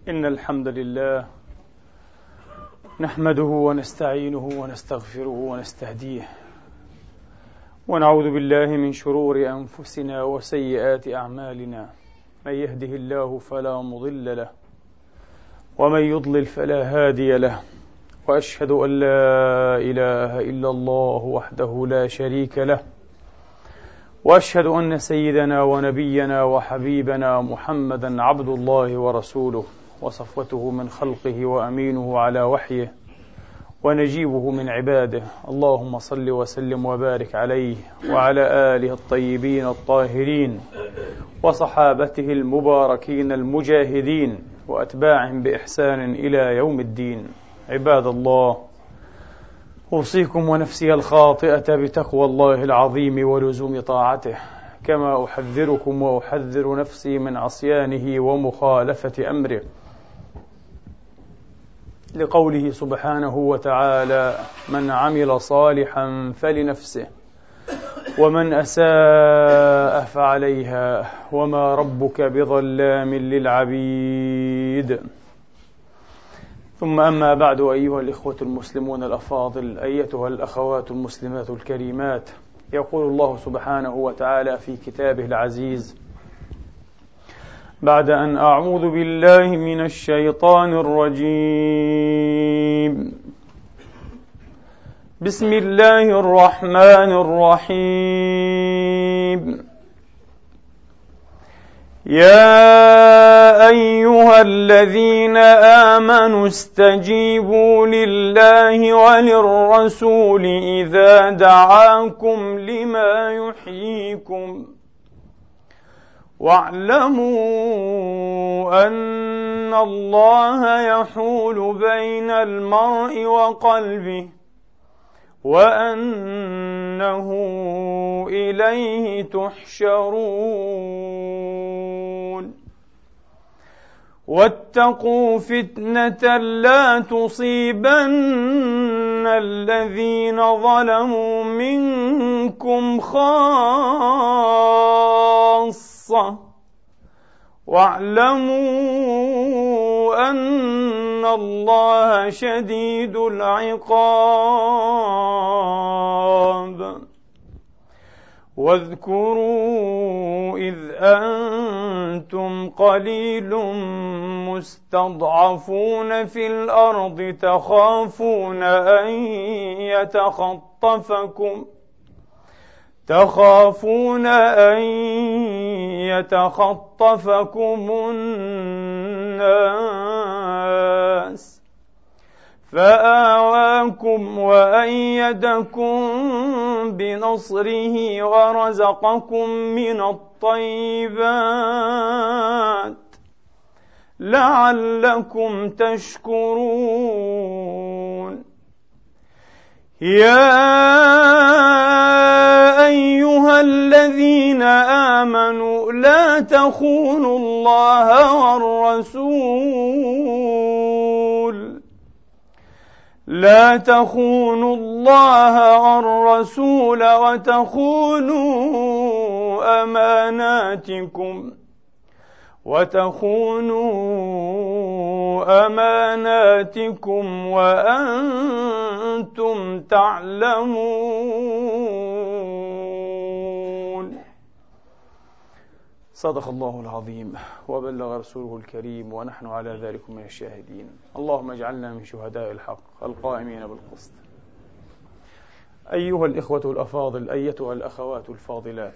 إن الحمد لله نحمده ونستعينه ونستغفره ونستهديه ونعوذ بالله من شرور أنفسنا وسيئات أعمالنا. من يهده الله فلا مضل له ومن يضلل فلا هادي له، وأشهد أن لا إله إلا الله وحده لا شريك له، وأشهد أن سيدنا ونبينا وحبيبنا محمدا عبد الله ورسوله وصفوته من خلقه وأمينه على وحيه ونجيبه من عباده. اللهم صل وسلم وبارك عليه وعلى آله الطيبين الطاهرين وصحابته المباركين المجاهدين وأتباعهم بإحسان إلى يوم الدين. عباد الله، أوصيكم ونفسي الخاطئة بتقوى الله العظيم ولزوم طاعته، كما أحذركم وأحذر نفسي من عصيانه ومخالفة أمره، لقوله سبحانه وتعالى: من عمل صالحا فلنفسه ومن أساء فعليها وما ربك بظلام للعبيد. ثم أما بعد، أيها الإخوة المسلمون الأفاضل، أيتها الأخوات المسلمات الكريمات، يقول الله سبحانه وتعالى في كتابه العزيز بعد أن أعوذ بالله من الشيطان الرجيم: بسم الله الرحمن الرحيم: يا أيها الذين آمنوا استجيبوا لله وللرسول إذا دعاكم لما يحييكم واعلموا أن الله يحول بين المرء وقلبه وأنه إليه تحشرون. واتقوا فتنة لا تصيبن الذين ظلموا منكم خاصة واعلموا أن الله شديد العقاب. واذكروا إذ أنتم قليل مستضعفون في الأرض تخافون أن يتخطفكم الناس فآواكم وأيدكم بنصره ورزقكم من الطيبات لعلكم تشكرون. يا أيها الذين آمنوا لا تخونوا الله والرسول وتخونوا أماناتكم وأنتم تعلمون. صدق الله العظيم وبلغ رسوله الكريم ونحن على ذلك من الشاهدين. اللهم اجعلنا من شهداء الحق القائمين بالقسط. أيها الإخوة الأفاضل، أيتها الأخوات الفاضلات،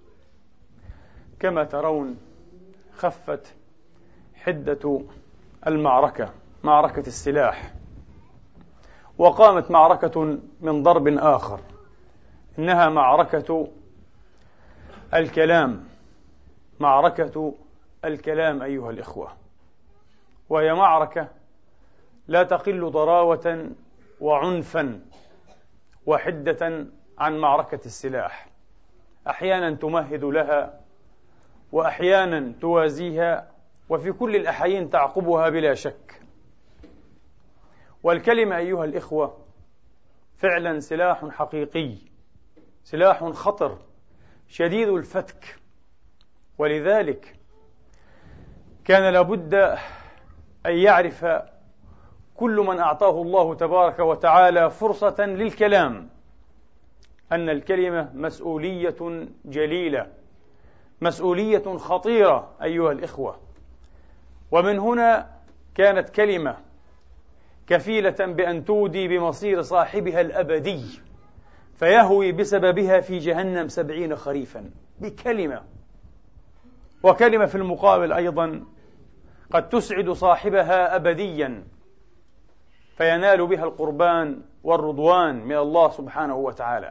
كما ترون خفت حدة المعركة، معركة السلاح، وقامت معركة من ضرب آخر، إنها معركة الكلام، معركة الكلام أيها الإخوة، وهي معركة لا تقل ضراوة وعنفا وحدة عن معركة السلاح، أحيانا تمهد لها وأحيانا توازيها، وفي كل الأحيان تعقبها بلا شك. والكلمة أيها الإخوة فعلا سلاح حقيقي، سلاح خطر شديد الفتك، ولذلك كان لابد أن يعرف كل من أعطاه الله تبارك وتعالى فرصة للكلام أن الكلمة مسؤولية جليلة، مسؤولية خطيرة أيها الإخوة. ومن هنا كانت كلمة كفيلة بأن تودي بمصير صاحبها الأبدي، فيهوي بسببها في جهنم 70 خريفا، بكلمة. وكلمة في المقابل أيضا قد تسعد صاحبها أبديا، فينال بها القربان والرضوان من الله سبحانه وتعالى.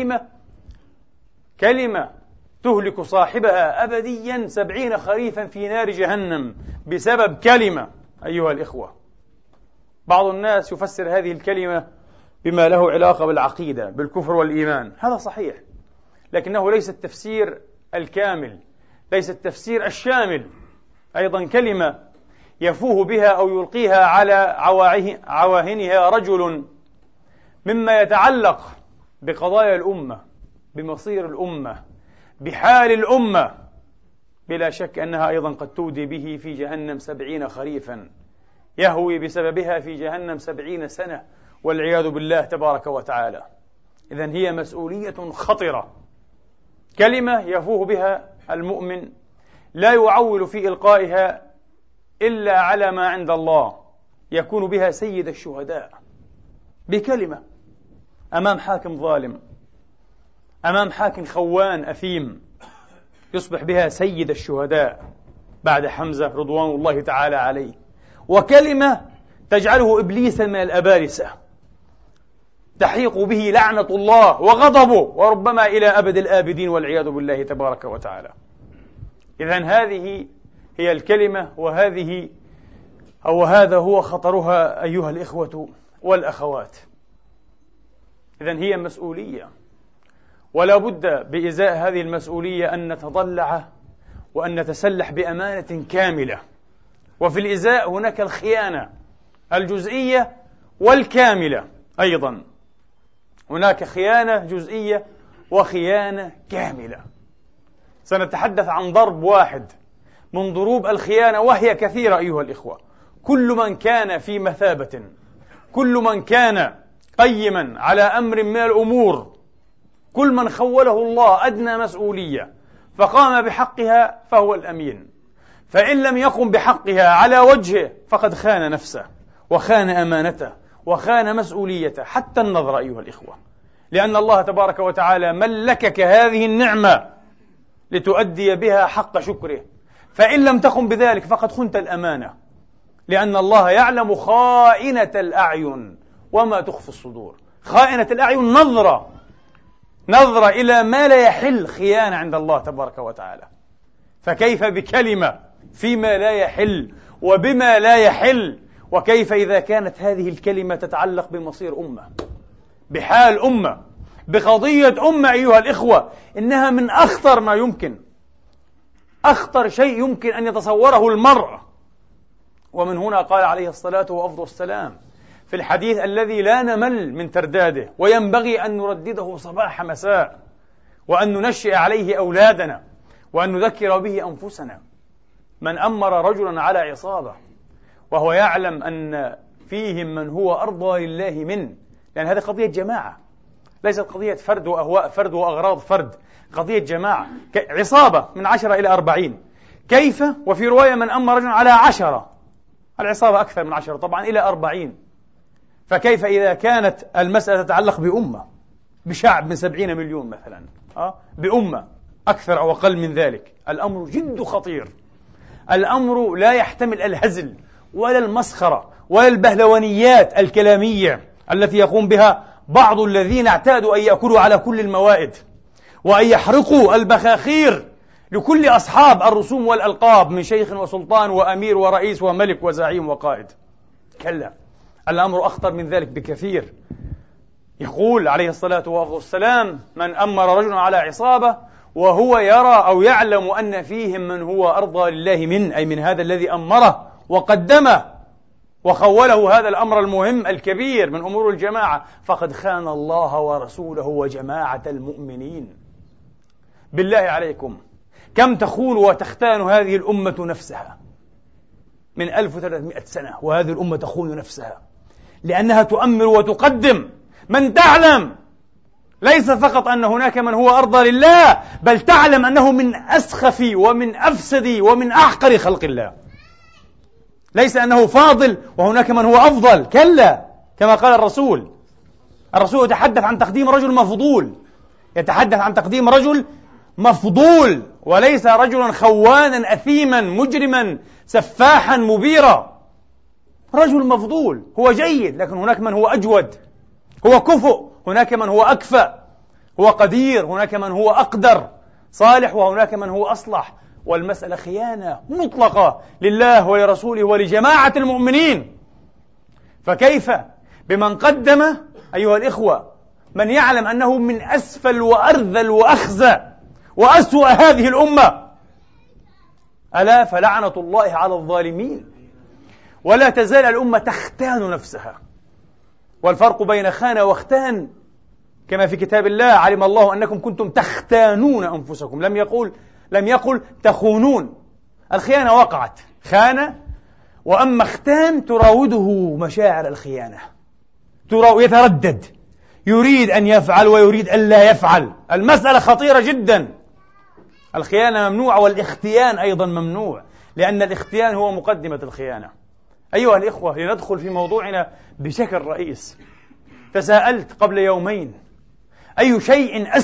كلمة تهلك صاحبها أبديا 70 خريفا في نار جهنم بسبب كلمة أيها الإخوة. بعض الناس يفسر هذه الكلمة بما له علاقة بالعقيدة، بالكفر والإيمان، هذا صحيح، لكنه ليس التفسير الكامل، ليس التفسير الشامل. أيضا كلمة يفوه بها أو يلقيها على عواهنها رجل مما يتعلق بقضايا الأمة، بمصير الأمة، بحال الأمة، بلا شك أنها أيضا قد تودي به في جهنم 70 خريفا، يهوي بسببها في جهنم 70 سنة والعياذ بالله تبارك وتعالى. إذن هي مسؤولية خطرة، كلمة يفوه بها المؤمن لا يعول في إلقائها إلا على ما عند الله، يكون بها سيد الشهداء، بكلمة أمام حاكم ظالم، أمام حاكم خوان أثيم، يصبح بها سيد الشهداء بعد حمزة رضوان الله تعالى عليه. وكلمة تجعله إبليس من الأبارسة، تحيق به لعنة الله وغضبه وربما إلى أبد الآبدين والعياذ بالله تبارك وتعالى. إذن هذه هي الكلمة، وهذا هو خطرها أيها الإخوة والأخوات. إذن هي مسؤولية، ولا بد بإزاء هذه المسؤولية أن نتضلع وأن نتسلح بأمانة كاملة. وفي الإزاء هناك الخيانة الجزئية والكاملة، أيضا هناك خيانة جزئية وخيانة كاملة. سنتحدث عن ضرب واحد من ضروب الخيانة، وهي كثيرة أيها الإخوة. كل من كان في مثابة، كل من كان قيما على أمر من الأمور، كل من خوله الله أدنى مسؤولية فقام بحقها فهو الأمين، فإن لم يقم بحقها على وجهه فقد خان نفسه وخان أمانته وخان مسؤوليته، حتى النظر أيها الإخوة، لأن الله تبارك وتعالى ملكك هذه النعمة لتؤدي بها حق شكره، فإن لم تقم بذلك فقد خنت الأمانة، لأن الله يعلم خائنة الأعين وما تخفي الصدور. خائنة الأعين نظرة إلى ما لا يحل خيانة عند الله تبارك وتعالى، فكيف بكلمة فيما لا يحل وبما لا يحل؟ وكيف إذا كانت هذه الكلمة تتعلق بمصير أمة، بحال أمة، بقضية أمة أيها الإخوة؟ إنها من أخطر ما يمكن، أخطر شيء يمكن أن يتصوره المرء. ومن هنا قال عليه الصلاة والسلام في الحديث الذي لا نمل من ترداده وينبغي أن نردده صباح مساء، وأن ننشئ عليه أولادنا، وأن نذكر به أنفسنا: من أمر رجلا على عصابة وهو يعلم أن فيهم من هو أرضى لله منه، لأن هذه قضية جماعة، ليست قضية فرد وأهواء فرد وأغراض فرد، قضية جماعة، عصابة من 10 إلى 40. كيف؟ وفي رواية من أمر رجلا على 10، العصابة أكثر من 10 طبعا، إلى 40. فكيف إذا كانت المسألة تتعلق بأمة، بشعب من 70 مليون مثلا، بأمة أكثر أو أقل من ذلك؟ الأمر جد خطير، الأمر لا يحتمل الهزل ولا المسخرة ولا البهلوانيات الكلامية التي يقوم بها بعض الذين اعتادوا أن يأكلوا على كل الموائد وأن يحرقوا البخاخير لكل أصحاب الرسوم والألقاب من شيخ وسلطان وأمير ورئيس وملك وزعيم وقائد. كلا، الأمر أخطر من ذلك بكثير. يقول عليه الصلاة والسلام: من أمر رجل على عصابة وهو يرى أو يعلم أن فيهم من هو أرضى لله من، أي من هذا الذي أمره وقدمه وخوله هذا الأمر المهم الكبير من أمور الجماعة، فقد خان الله ورسوله وجماعة المؤمنين. بالله عليكم، كم تخون وتختان هذه الأمة نفسها من 1300 سنة، وهذه الأمة تخون نفسها لأنها تؤمر وتقدم من تعلم ليس فقط أن هناك من هو أرضى لله، بل تعلم أنه من أسخف ومن أفسد ومن أحقر خلق الله. ليس أنه فاضل وهناك من هو أفضل، كلا، كما قال الرسول يتحدث عن تقديم رجل مفضول، يتحدث عن تقديم رجل مفضول، وليس رجلا خوانا أثيما مجرما سفاحا مبيرا. رجل مفضول هو جيد، لكن هناك من هو أجود، هو كفؤ، هناك من هو أكفأ، هو قدير، هناك من هو أقدر، صالح، وهناك من هو أصلح. والمسألة خيانة مطلقة لله ولرسوله ولجماعة المؤمنين. فكيف بمن قدم أيها الإخوة من يعلم أنه من أسفل وأرذل وأخزى وأسوأ هذه الأمة؟ ألا فلعنة الله على الظالمين. ولا تزال الأمة تختان نفسها، والفرق بين خان واختان كما في كتاب الله: علم الله أنكم كنتم تختانون أنفسكم، لم يقل تخونون. الخيانة وقعت، خان، وأما اختان تراوده مشاعر الخيانة، يتردد، يريد أن يفعل ويريد أن لا يفعل. المسألة خطيرة جدا. الخيانة ممنوعة، والاختيان أيضا ممنوع، لأن الاختيان هو مقدمة الخيانة. أيها الإخوة، لندخل في موضوعنا بشكل رئيس. تساءلت قبل يومين: أي شيء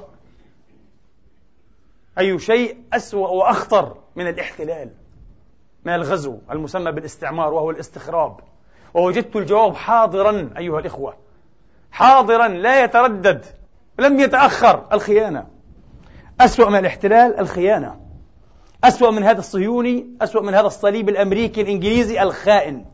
أسوأ وأخطر من الاحتلال، من الغزو المسمى بالاستعمار وهو الاستخراب؟ ووجدت الجواب حاضرا أيها الإخوة، حاضرا لا يتردد، لم يتأخر: الخيانة. أسوأ من الاحتلال الخيانة، أسوأ من هذا الصهيوني، أسوأ من هذا الصليب الأمريكي الإنجليزي الخائن،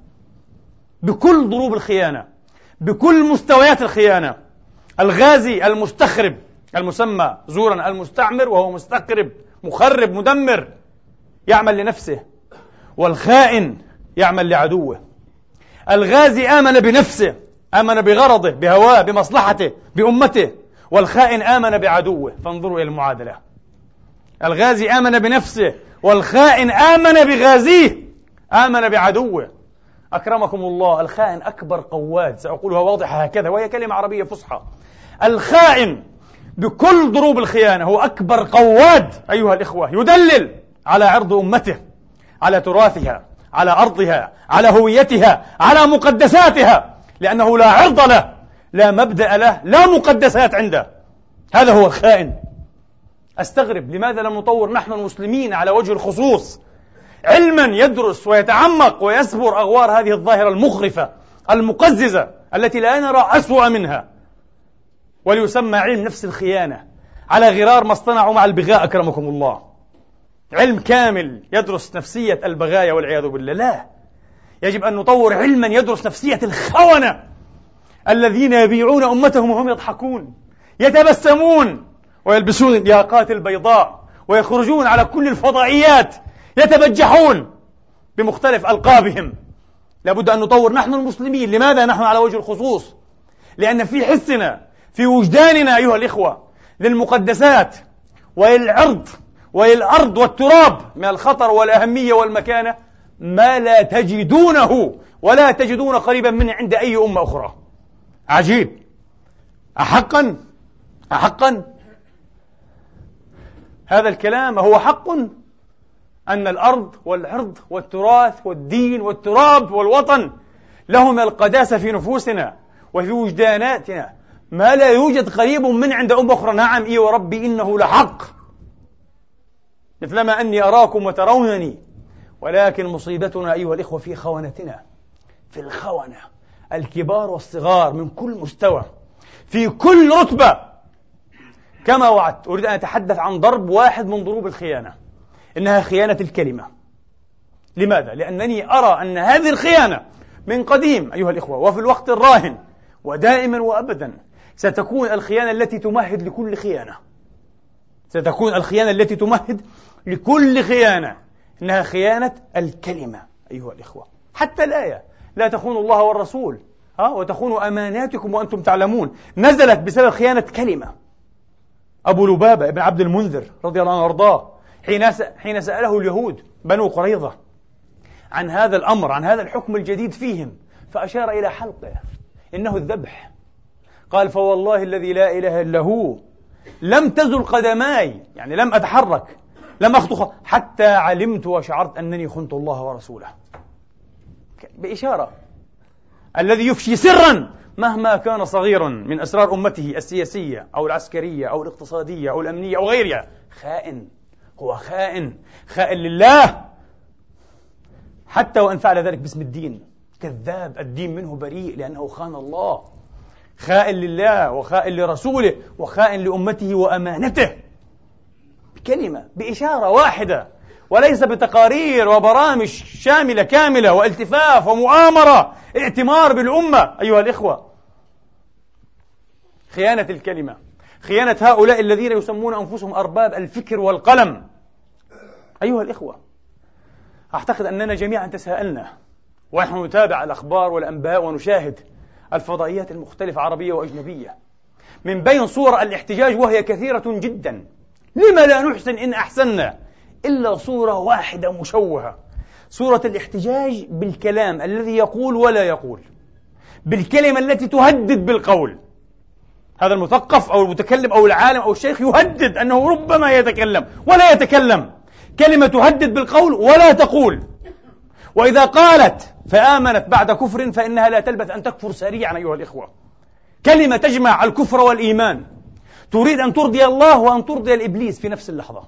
بكل ضروب الخيانة، بكل مستويات الخيانة. الغازي المستخرب المسمى زورا المستعمر، وهو مستخرب مخرب مدمر، يعمل لنفسه، والخائن يعمل لعدوه. الغازي آمن بنفسه، آمن بغرضه، بهواه، بمصلحته، بأمته، والخائن آمن بعدوه. فانظروا إلى المعادلة: الغازي آمن بنفسه، والخائن آمن بغازيه، آمن بعدوه. أكرمكم الله، الخائن أكبر قواد، سأقولها واضحة هكذا وهي كلمة عربية فصحى. الخائن بكل ضروب الخيانة هو أكبر قواد أيها الإخوة، يدلل على عرض أمته، على تراثها، على أرضها، على هويتها، على مقدساتها، لأنه لا عرض له، لا مبدأ له، لا مقدسات عنده. هذا هو الخائن. أستغرب لماذا لم نطور نحن المسلمين على وجه الخصوص علما يدرس ويتعمق ويسبر أغوار هذه الظاهرة المخرفة المقززة التي لا نرى أسوأ منها، وليسمى علم نفس الخيانة، على غرار ما اصطنعوا مع البغاء. أكرمكم الله، علم كامل يدرس نفسية البغايا والعياذ بالله. لا، يجب أن نطور علما يدرس نفسية الخونة الذين يبيعون أمتهم وهم يضحكون، يتبسمون، ويلبسون الياقات البيضاء، ويخرجون على كل الفضائيات يتبجحون بمختلف ألقابهم. لابد أن نطور نحن المسلمين. لماذا نحن على وجه الخصوص؟ لأن في حسنا، في وجداننا أيها الإخوة، للمقدسات وللعرض وللأرض والتراب من الخطر والأهمية والمكانة ما لا تجدونه ولا تجدون قريبا منه عند أي أمة أخرى. عجيب. أحقا هذا الكلام هو حق أن الأرض والعرض والتراث والدين والتراب والوطن لهم القداسة في نفوسنا وفي وجداناتنا ما لا يوجد قريب من عند أمة أخرى. نعم، إي وربي إنه لحق، مثلما أني أراكم وترونني، ولكن مصيبتنا أيها الإخوة في خونتنا، في الخونة الكبار والصغار من كل مستوى، في كل رتبة. كما وعدت، أريد أن أتحدث عن ضرب واحد من ضروب الخيانة، إنها خيانة الكلمة. لماذا؟ لأنني أرى أن هذه الخيانة من قديم أيها الإخوة وفي الوقت الراهن ودائما وأبدا ستكون الخيانة التي تمهد لكل خيانة، ستكون الخيانة التي تمهد لكل خيانة، إنها خيانة الكلمة أيها الإخوة. حتى الآية لا تخونوا الله والرسول وتخونوا أماناتكم وأنتم تعلمون نزلت بسبب خيانة كلمة. أبو لبابة ابن عبد المنذر رضي الله عنه وارضاه حين سأله اليهود بنو قريظة عن هذا الأمر، عن هذا الحكم الجديد فيهم، فأشار إلى حلقه إنه الذبح. قال: فوالله الذي لا إله إلا هو لم تزل قدماي، يعني لم أتحرك، لم أخطو حتى علمت وشعرت أنني خنت الله ورسوله. بإشارة الذي يفشي سرا مهما كان صغيرا من أسرار أمته السياسية أو العسكرية أو الاقتصادية أو الأمنية أو غيرها خائن، هو خائن، خائن لله، حتى وإن فعل ذلك باسم الدين. كذاب، الدين منه بريء لأنه خان الله، خائن لله وخائن لرسوله وخائن لأمته وأمانته. بكلمة، بإشارة واحدة، وليس بتقارير وبرامج شاملة كاملة والتفاف ومؤامرة، ائتمار بالأمة. أيها الإخوة، خيانة الكلمة، خيانة هؤلاء الذين يسمون أنفسهم أرباب الفكر والقلم. أيها الإخوة، أعتقد أننا جميعا تساءلنا ونحن نتابع الأخبار والأنباء ونشاهد الفضائيات المختلفة عربية وأجنبية، من بين صور الاحتجاج وهي كثيرة جدا، لما لا نحسن إن أحسننا إلا صورة واحدة مشوهة، صورة الاحتجاج بالكلام الذي يقول ولا يقول، بالكلمة التي تهدد بالقول. هذا المثقف أو المتكلم أو العالم أو الشيخ يهدد أنه ربما يتكلم ولا يتكلم، كلمة تهدد بالقول ولا تقول، وإذا قالت فآمنت بعد كفر فإنها لا تلبث أن تكفر سريعا. أيها الإخوة، كلمة تجمع الكفر والإيمان، تريد أن ترضي الله وأن ترضي الإبليس في نفس اللحظة.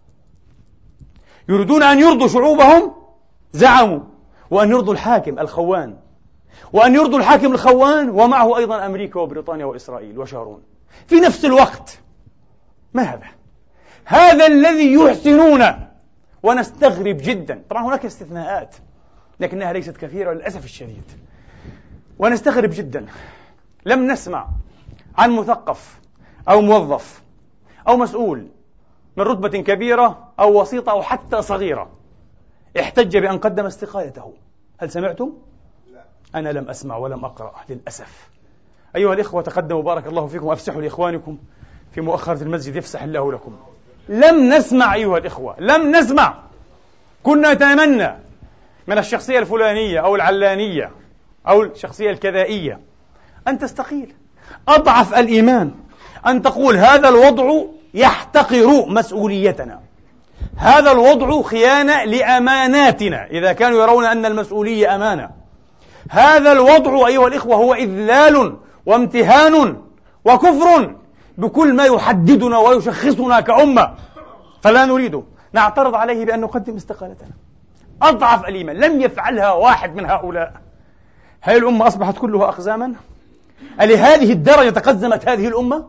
يريدون أن يرضوا شعوبهم، زعموا، وأن يرضوا الحاكم الخوان، وأن يرضوا الحاكم الخوان ومعه أيضا أمريكا وبريطانيا وإسرائيل وشارون في نفس الوقت. ما هذا؟ هذا الذي يحسنون، ونستغرب جدا. طبعا هناك استثناءات لكنها ليست كثيرة للأسف الشديد، ونستغرب جدا. لم نسمع عن مثقف أو موظف أو مسؤول من رتبة كبيرة أو وسيطة أو حتى صغيرة احتج بأن قدم استقالته. هل سمعتم؟ أنا لم أسمع ولم أقرأ للأسف. أيها الإخوة، تقدموا بارك الله فيكم، وأفسحوا لإخوانكم في مؤخرة المسجد يفسح الله لكم. لم نسمع أيها الإخوة، لم نسمع. كنا نتمنى من الشخصية الفلانية أو العلانية أو الشخصية الكذائية أن تستقيل. أضعف الإيمان أن تقول هذا الوضع يحتقر مسؤوليتنا، هذا الوضع خيانة لأماناتنا إذا كانوا يرون أن المسؤولية أمانة، هذا الوضع أيها الإخوة هو إذلال وامتهان وكفر بكل ما يحددنا ويشخصنا كأمة، فلا نريد، نعترض عليه بأن نقدم استقالتنا. أضعف الإيمان، لم يفعلها واحد من هؤلاء. هل الأمة أصبحت كلها أقزاما؟ ألهذه الدرجة تقزمت هذه الأمة؟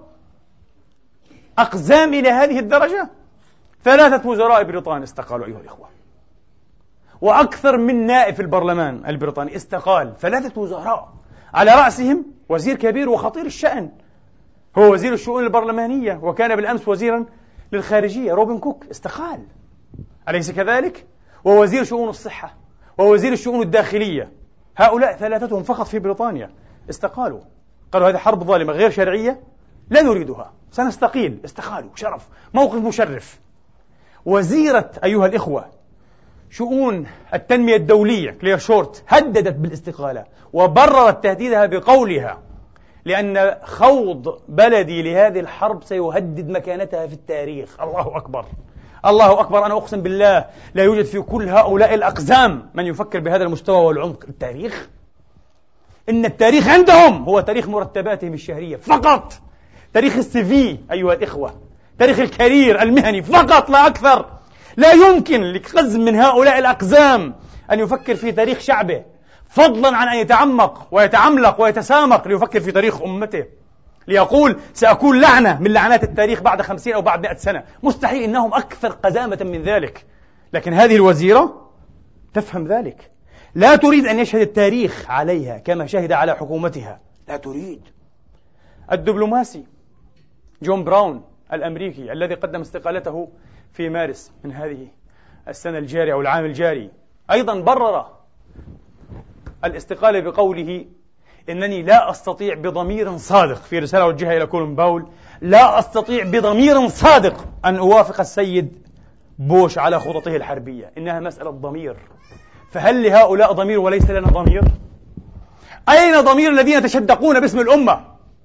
أقزام إلى هذه الدرجة؟ 3 وزراء بريطانيا استقالوا أيها الإخوة، وأكثر من نائب في البرلمان البريطاني استقال. 3 وزراء على رأسهم وزير كبير وخطير الشأن، هو وزير الشؤون البرلمانية وكان بالأمس وزيرا للخارجية، روبن كوك استقال، أليس كذلك؟ ووزير شؤون الصحة ووزير الشؤون الداخلية، هؤلاء 3 فقط في بريطانيا استقالوا، قالوا هذه حرب ظالمة غير شرعية لا نريدها، سنستقيل. استقالوا، شرف، موقف مشرف. وزيرة أيها الإخوة شؤون التنمية الدولية كلير شورت هددت بالاستقالة وبررت تهديدها بقولها لأن خوض بلدي لهذه الحرب سيهدد مكانتها في التاريخ. الله أكبر، الله أكبر. أنا أقسم بالله لا يوجد في كل هؤلاء الأقزام من يفكر بهذا المستوى والعمق. التاريخ، إن التاريخ عندهم هو تاريخ مرتباتهم الشهرية فقط، تاريخ السيفي أيها الإخوة، تاريخ الكارير المهني فقط لا أكثر. لا يمكن لقزم من هؤلاء الأقزام أن يفكر في تاريخ شعبه، فضلا عن أن يتعمق ويتعملق ويتسامق ليفكر في تاريخ أمته، ليقول سأكون لعنة من لعنات التاريخ بعد 50 أو بعد 100 سنة. مستحيل، إنهم أكثر قزامة من ذلك. لكن هذه الوزيرة تفهم ذلك، لا تريد أن يشهد التاريخ عليها كما شهد على حكومتها، لا تريد. الدبلوماسي جون براون الأمريكي الذي قدم استقالته في مارس من هذه السنة الجارية أو العام الجاري أيضا برر الاستقالة بقوله إنني لا أستطيع بضمير صادق، في رسالة وجهها إلى كولين باول، لا أستطيع بضمير صادق أن أوافق السيد بوش على خططه الحربية، إنها مسألة ضمير. فهل لهؤلاء ضمير وليس لنا ضمير؟ أين ضمير الذين يتشدقون باسم الأمة،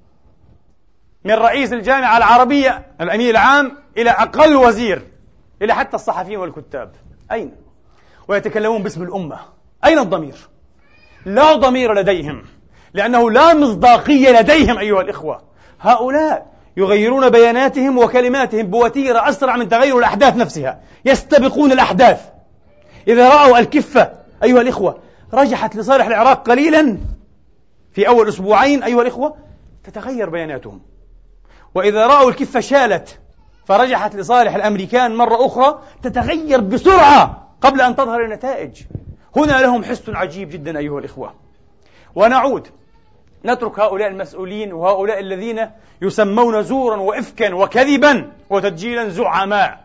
من رئيس الجامعة العربية الأمين العام إلى أقل وزير إلى حتى الصحفيين والكتاب؟ أين؟ ويتكلمون باسم الأمة. أين الضمير؟ لا ضمير لديهم، لأنه لا مصداقية لديهم أيها الإخوة. هؤلاء يغيرون بياناتهم وكلماتهم بوتيرة أسرع من تغير الأحداث نفسها، يستبقون الأحداث. إذا رأوا الكفة أيها الإخوة رجحت لصالح العراق قليلا في أول أسبوعين أيها الإخوة تتغير بياناتهم، وإذا رأوا الكفة شالت فرجحت لصالح الأمريكان مرة أخرى تتغير بسرعة قبل أن تظهر النتائج. هنا لهم حس عجيب جدا أيها الإخوة. ونعود نترك هؤلاء المسؤولين وهؤلاء الذين يسمون زورا وإفكا وكذبا وتدجيلا زعماء.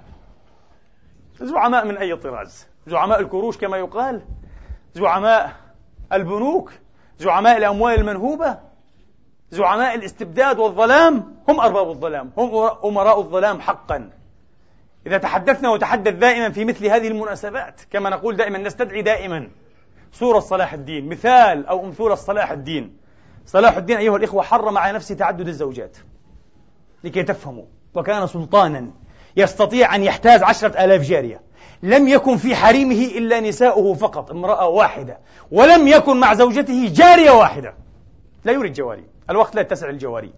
زعماء من أي طراز؟ زعماء الكروش كما يقال؟ زعماء البنوك؟ زعماء الأموال المنهوبة؟ زعماء الاستبداد والظلام؟ هم أرباب الظلام، هم أمراء الظلام حقا. إذا تحدثنا وتحدث دائما في مثل هذه المناسبات كما نقول دائما نستدعي دائما صورة صلاح الدين، مثال أو أمثلة صلاح الدين. صلاح الدين أيها الإخوة حرم على نفسه تعدد الزوجات لكي تفهموا، وكان سلطانا يستطيع أن يحتاز 10,000 جارية. لم يكن في حريمه إلا نساؤه فقط، امرأة واحدة، ولم يكن مع زوجته جارية واحدة. لا يريد جواري، الوقت لا يتسع الجواري،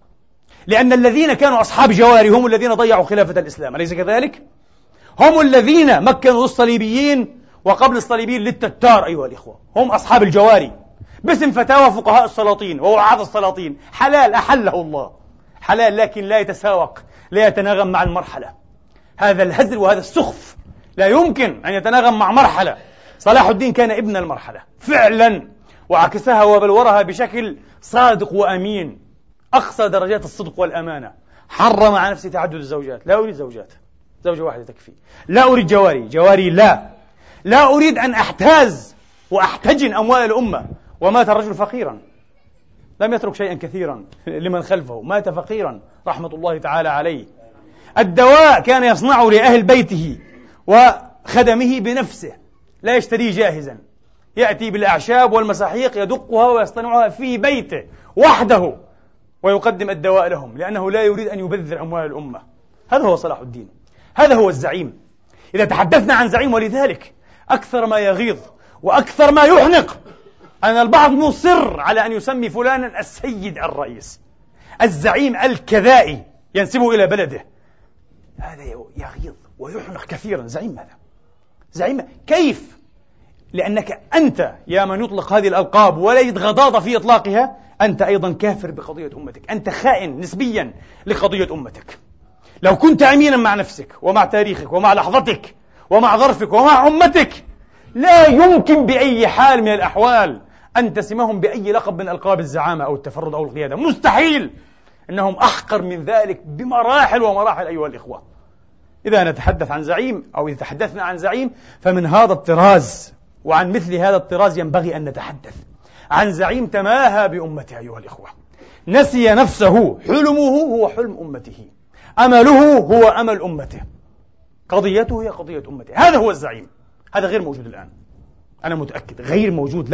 لأن الذين كانوا أصحاب جواري هم الذين ضيعوا خلافة الإسلام، أليس كذلك؟ هم الذين مكنوا الصليبيين وقبل الصليبيين للتتار أيها الإخوة، هم أصحاب الجواري باسم فتاوى فقهاء السلاطين ووعاظ السلاطين. حلال أحله الله، حلال لكن لا يتساوق، لا يتناغم مع المرحلة. هذا الهزل وهذا السخف لا يمكن أن يتناغم مع مرحلة. صلاح الدين كان ابن المرحلة فعلا، وعكسها وبلورها بشكل صادق وأمين، أقصى درجات الصدق والأمانة. حرم على نفسه تعدد الزوجات، لا أريد زوجات، زوجة واحدة تكفي. لا أريد جواري، جواري لا أريد أن أحتاز وأحتجن أموال الأمة. ومات الرجل فقيرا، لم يترك شيئا كثيرا لمن خلفه، مات فقيرا رحمة الله تعالى عليه. الدواء كان يصنعه لأهل بيته وخدمه بنفسه، لا يشتريه جاهزا، يأتي بالأعشاب والمساحيق يدقها ويصطنعها في بيته وحده ويقدم الدواء لهم، لأنه لا يريد أن يبذر أموال الأمة. هذا هو صلاح الدين، هذا هو الزعيم. إذا تحدثنا عن زعيم، ولذلك أكثر ما يغيظ وأكثر ما يحنق أن البعض مصر على أن يسمي فلانا السيد الرئيس، الزعيم الكذائي ينسبه إلى بلده. هذا يغيظ ويحنق كثيرا. زعيم ماذا؟ زعيم كيف؟ لأنك أنت يا من يطلق هذه الألقاب ولا يتغضاض في إطلاقها، أنت أيضا كافر بقضية أمتك، أنت خائن نسبيا لقضية أمتك. لو كنت أمينا مع نفسك ومع تاريخك ومع لحظتك ومع ظرفك ومع أمتك، لا يمكن بأي حال من الأحوال أن تسمهم بأي لقب من ألقاب الزعامة أو التفرد أو القيادة، مستحيل. إنهم أحقر من ذلك بمراحل ومراحل أيها الإخوة. إذا نتحدث عن زعيم أو إذا تحدثنا عن زعيم فمن هذا الطراز، وعن مثل هذا الطراز ينبغي أن نتحدث عن زعيم تماهى بأمته أيها الإخوة، نسي نفسه، حلمه هو حلم أمته، أمله هو أمل أمته، قضيته هي قضية أمته. هذا هو الزعيم. هذا غير موجود الآن، أنا متأكد غير موجود،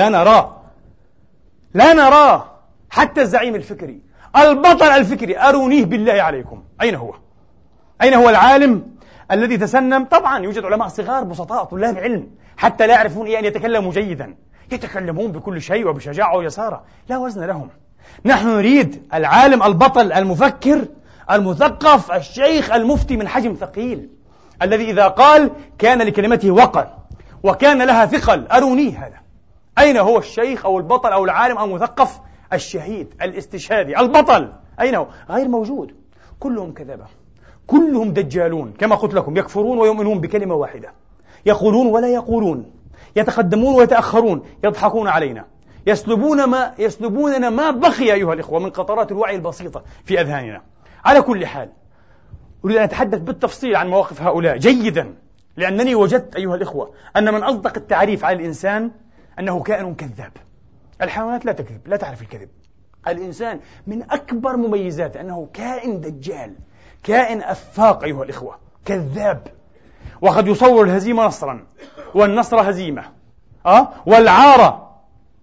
لا نراه. حتى الزعيم الفكري، البطل الفكري، أرونيه بالله عليكم، أين هو؟ أين هو العالم الذي تسنم؟ طبعا يوجد علماء صغار بسطاء طلاب علم حتى لا يعرفون أن يتكلموا جيدا، يتكلمون بكل شيء وبشجاعة ويسارة، لا وزن لهم. نحن نريد العالم البطل المفكر المثقف الشيخ المفتي من حجم ثقيل، الذي إذا قال كان لكلمته وقر وكان لها ثقل. أرونيه هذا. أين هو الشيخ أو البطل أو العالم أو المثقف الشهيد الاستشهادي البطل؟ أين هو؟ غير موجود. كلهم كذبة، كلهم دجالون كما قلت لكم، يكفرون ويؤمنون بكلمة واحدة، يقولون ولا يقولون، يتقدمون ويتأخرون، يضحكون علينا، يسلبوننا ما بقي أيها الإخوة من قطرات الوعي البسيطة في أذهاننا. على كل حال أريد أن أتحدث بالتفصيل عن مواقف هؤلاء جيدا، لأنني وجدت أيها الإخوة أن من أصدق التعريف على الإنسان أنه كائن كذاب. الحيوانات لا تكذب، لا تعرف الكذب. الإنسان من أكبر مميزاته أنه كائن دجال، كائن أفاق أيها الإخوة، كذاب، وقد يصور الهزيمة نصرا والنصر هزيمة، والعار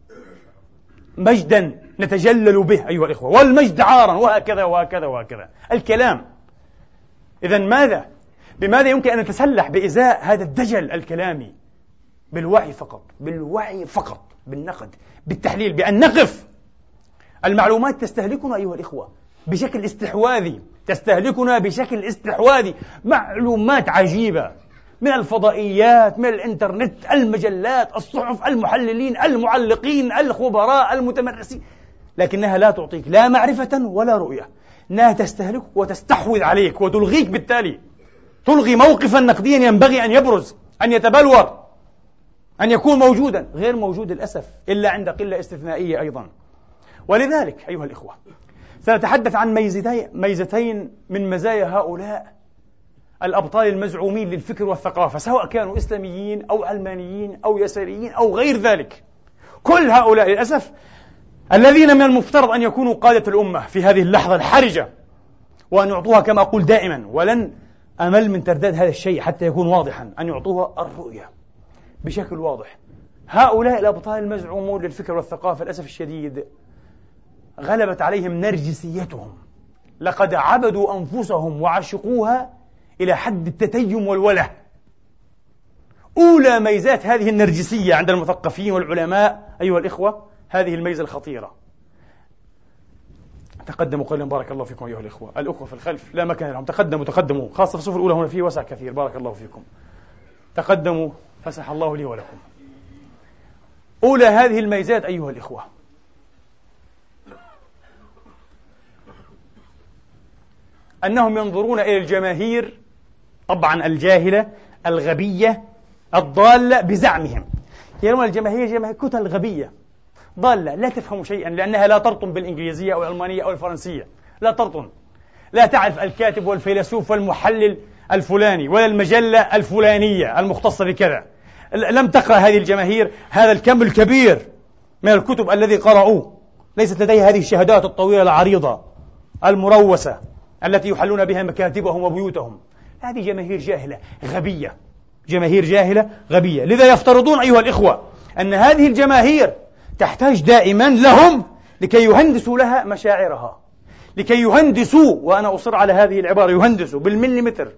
مجدا نتجلل به أيها الإخوة، والمجد عارا، وهكذا وهكذا وهكذا الكلام. إذن ماذا؟ بماذا يمكن أن نتسلح بإزاء هذا الدجل الكلامي؟ بالوعي فقط، بالوعي فقط، بالنقد، بالتحليل، بأن نقف. المعلومات تستهلكنا أيها الإخوة بشكل استحواذي، تستهلكنا بشكل استحواذي. معلومات عجيبة من الفضائيات، من الإنترنت، المجلات، الصحف، المحللين، المعلقين، الخبراء، المتمرسين، لكنها لا تعطيك لا معرفة ولا رؤية. إنها تستهلك وتستحوذ عليك وتلغيك، بالتالي تلغي موقفا نقديا ينبغي أن يبرز، أن يتبلور، أن يكون موجودا. غير موجود للأسف إلا عند قلة استثنائية أيضا. ولذلك أيها الإخوة سنتحدث عن ميزتين من مزايا هؤلاء الأبطال المزعومين للفكر والثقافة، سواء كانوا إسلاميين أو علمانيين أو يساريين أو غير ذلك. كل هؤلاء للأسف الذين من المفترض أن يكونوا قادة الأمة في هذه اللحظة الحرجة، وأن يعطوها كما أقول دائما، ولن أمل من ترداد هذا الشيء حتى يكون واضحا، أن يعطوها الرؤية بشكل واضح. هؤلاء الأبطال المزعومون للفكر والثقافة للأسف الشديد غلبت عليهم نرجسيتهم، لقد عبدوا أنفسهم وعشقوها إلى حد التتيم والوله. أولى ميزات هذه النرجسية عند المثقفين والعلماء أيها الإخوة هذه الميزة الخطيرة. تقدموا قليلا بارك الله فيكم أيها الإخوة. الأخوة في الخلف لا مكان لهم، تقدموا، خاصة في الصف الأولى هنا فيه وسع كثير، بارك الله فيكم. تقدموا فسح الله لي ولكم. أولى هذه الميزات أيها الإخوة أنهم ينظرون إلى الجماهير، طبعا الجاهلة الغبية الضالة بزعمهم، يرون الجماهير كتل غبية ضالة لا تفهم شيئا، لأنها لا ترطن بالإنجليزية أو الألمانية أو الفرنسية، لا ترطن، لا تعرف الكاتب والفيلسوف والمحلل الفلاني ولا المجلة الفلانية المختصة بكذا. لم تقرأ هذه الجماهير هذا الكم الكبير من الكتب الذي قرأوه، ليست لديها هذه الشهادات الطويلة العريضة المروسة التي يحلون بها مكاتبهم وبيوتهم. هذه جماهير جاهلة غبية، جماهير جاهلة غبية. لذا يفترضون أيها الإخوة أن هذه الجماهير تحتاج دائما لهم لكي يهندسوا لها مشاعرها، لكي يهندسوا، وأنا أصر على هذه العبارة، يهندسوا بالمليمتر،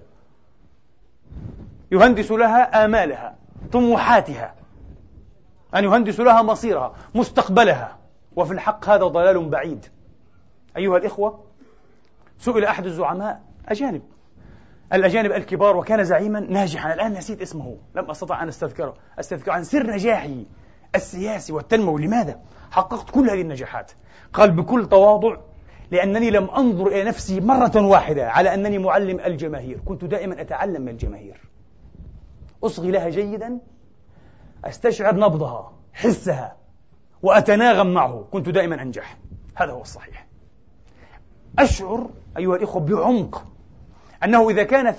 يهندسوا لها آمالها، طموحاتها، أن يهندسوا لها مصيرها، مستقبلها. وفي الحق هذا ضلال بعيد أيها الإخوة. سئل أحد الزعماء الأجانب الكبار، وكان زعيما ناجحا، الآن نسيت اسمه، لم أستطع أن أستذكر عن سر نجاحه السياسي والتنموي. لماذا حققت كل هذه النجاحات؟ قال بكل تواضع: لأنني لم أنظر إلى نفسي مرة واحدة على أنني معلم الجماهير، كنت دائما أتعلم من الجماهير، أصغي لها جيدا، أستشعر نبضها، حسها، وأتناغم معه، كنت دائما أنجح. هذا هو الصحيح. أشعر أيها الإخوة بعمق أنه إذا كان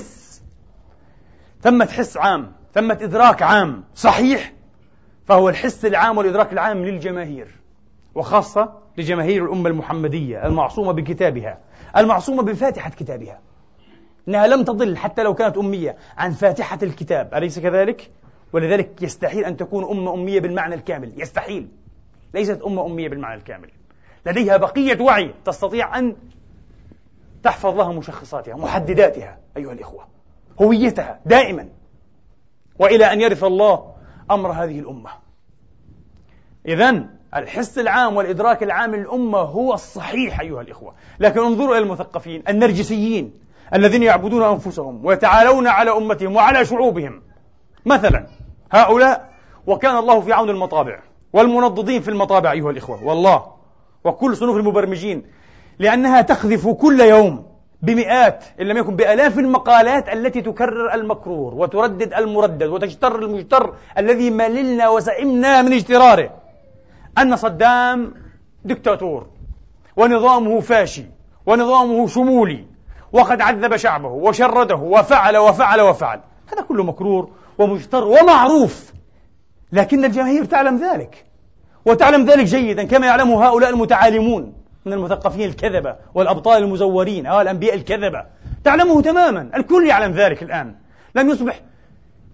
ثمة حس عام، ثمة إدراك عام صحيح، فهو الحس العام والإدراك العام للجماهير، وخاصة لجماهير الأمة المحمدية المعصومة بكتابها، المعصومة بفاتحة كتابها، إنها لم تضل حتى لو كانت أمية عن فاتحة الكتاب، أليس كذلك؟ ولذلك يستحيل أن تكون أمة أمية بالمعنى الكامل، يستحيل. ليست أمة أمية بالمعنى الكامل، لديها بقية وعي تستطيع أن تحفظ لها مشخصاتها، محدداتها أيها الإخوة، هويتها دائما، وإلى أن يرث الله أمر هذه الأمة. إذن الحس العام والإدراك العام للأمة هو الصحيح أيها الإخوة. لكن انظروا إلى المثقفين النرجسيين الذين يعبدون أنفسهم ويتعالون على أمتهم وعلى شعوبهم. مثلا هؤلاء، وكان الله في عون المطابع والمنضدين في المطابع أيها الإخوة والله، وكل صنوف المبرمجين، لأنها تقذف كل يوم بمئات إن لم يكن بآلاف المقالات التي تكرر المكرور وتردد المردد وتجتر المجتر الذي مللنا وسئمنا من اجتراره، أن صدام دكتاتور ونظامه فاشي ونظامه شمولي وقد عذب شعبه وشرده وفعل وفعل وفعل. هذا كله مكرور ومجتر ومعروف، لكن الجماهير تعلم ذلك، وتعلم ذلك جيدا كما يعلمه هؤلاء المتعالمون من المثقفين الكذبة والأبطال المزورين، الأنبياء الكذبة، تعلمه تماما. الكل يعلم ذلك الآن، لم يصبح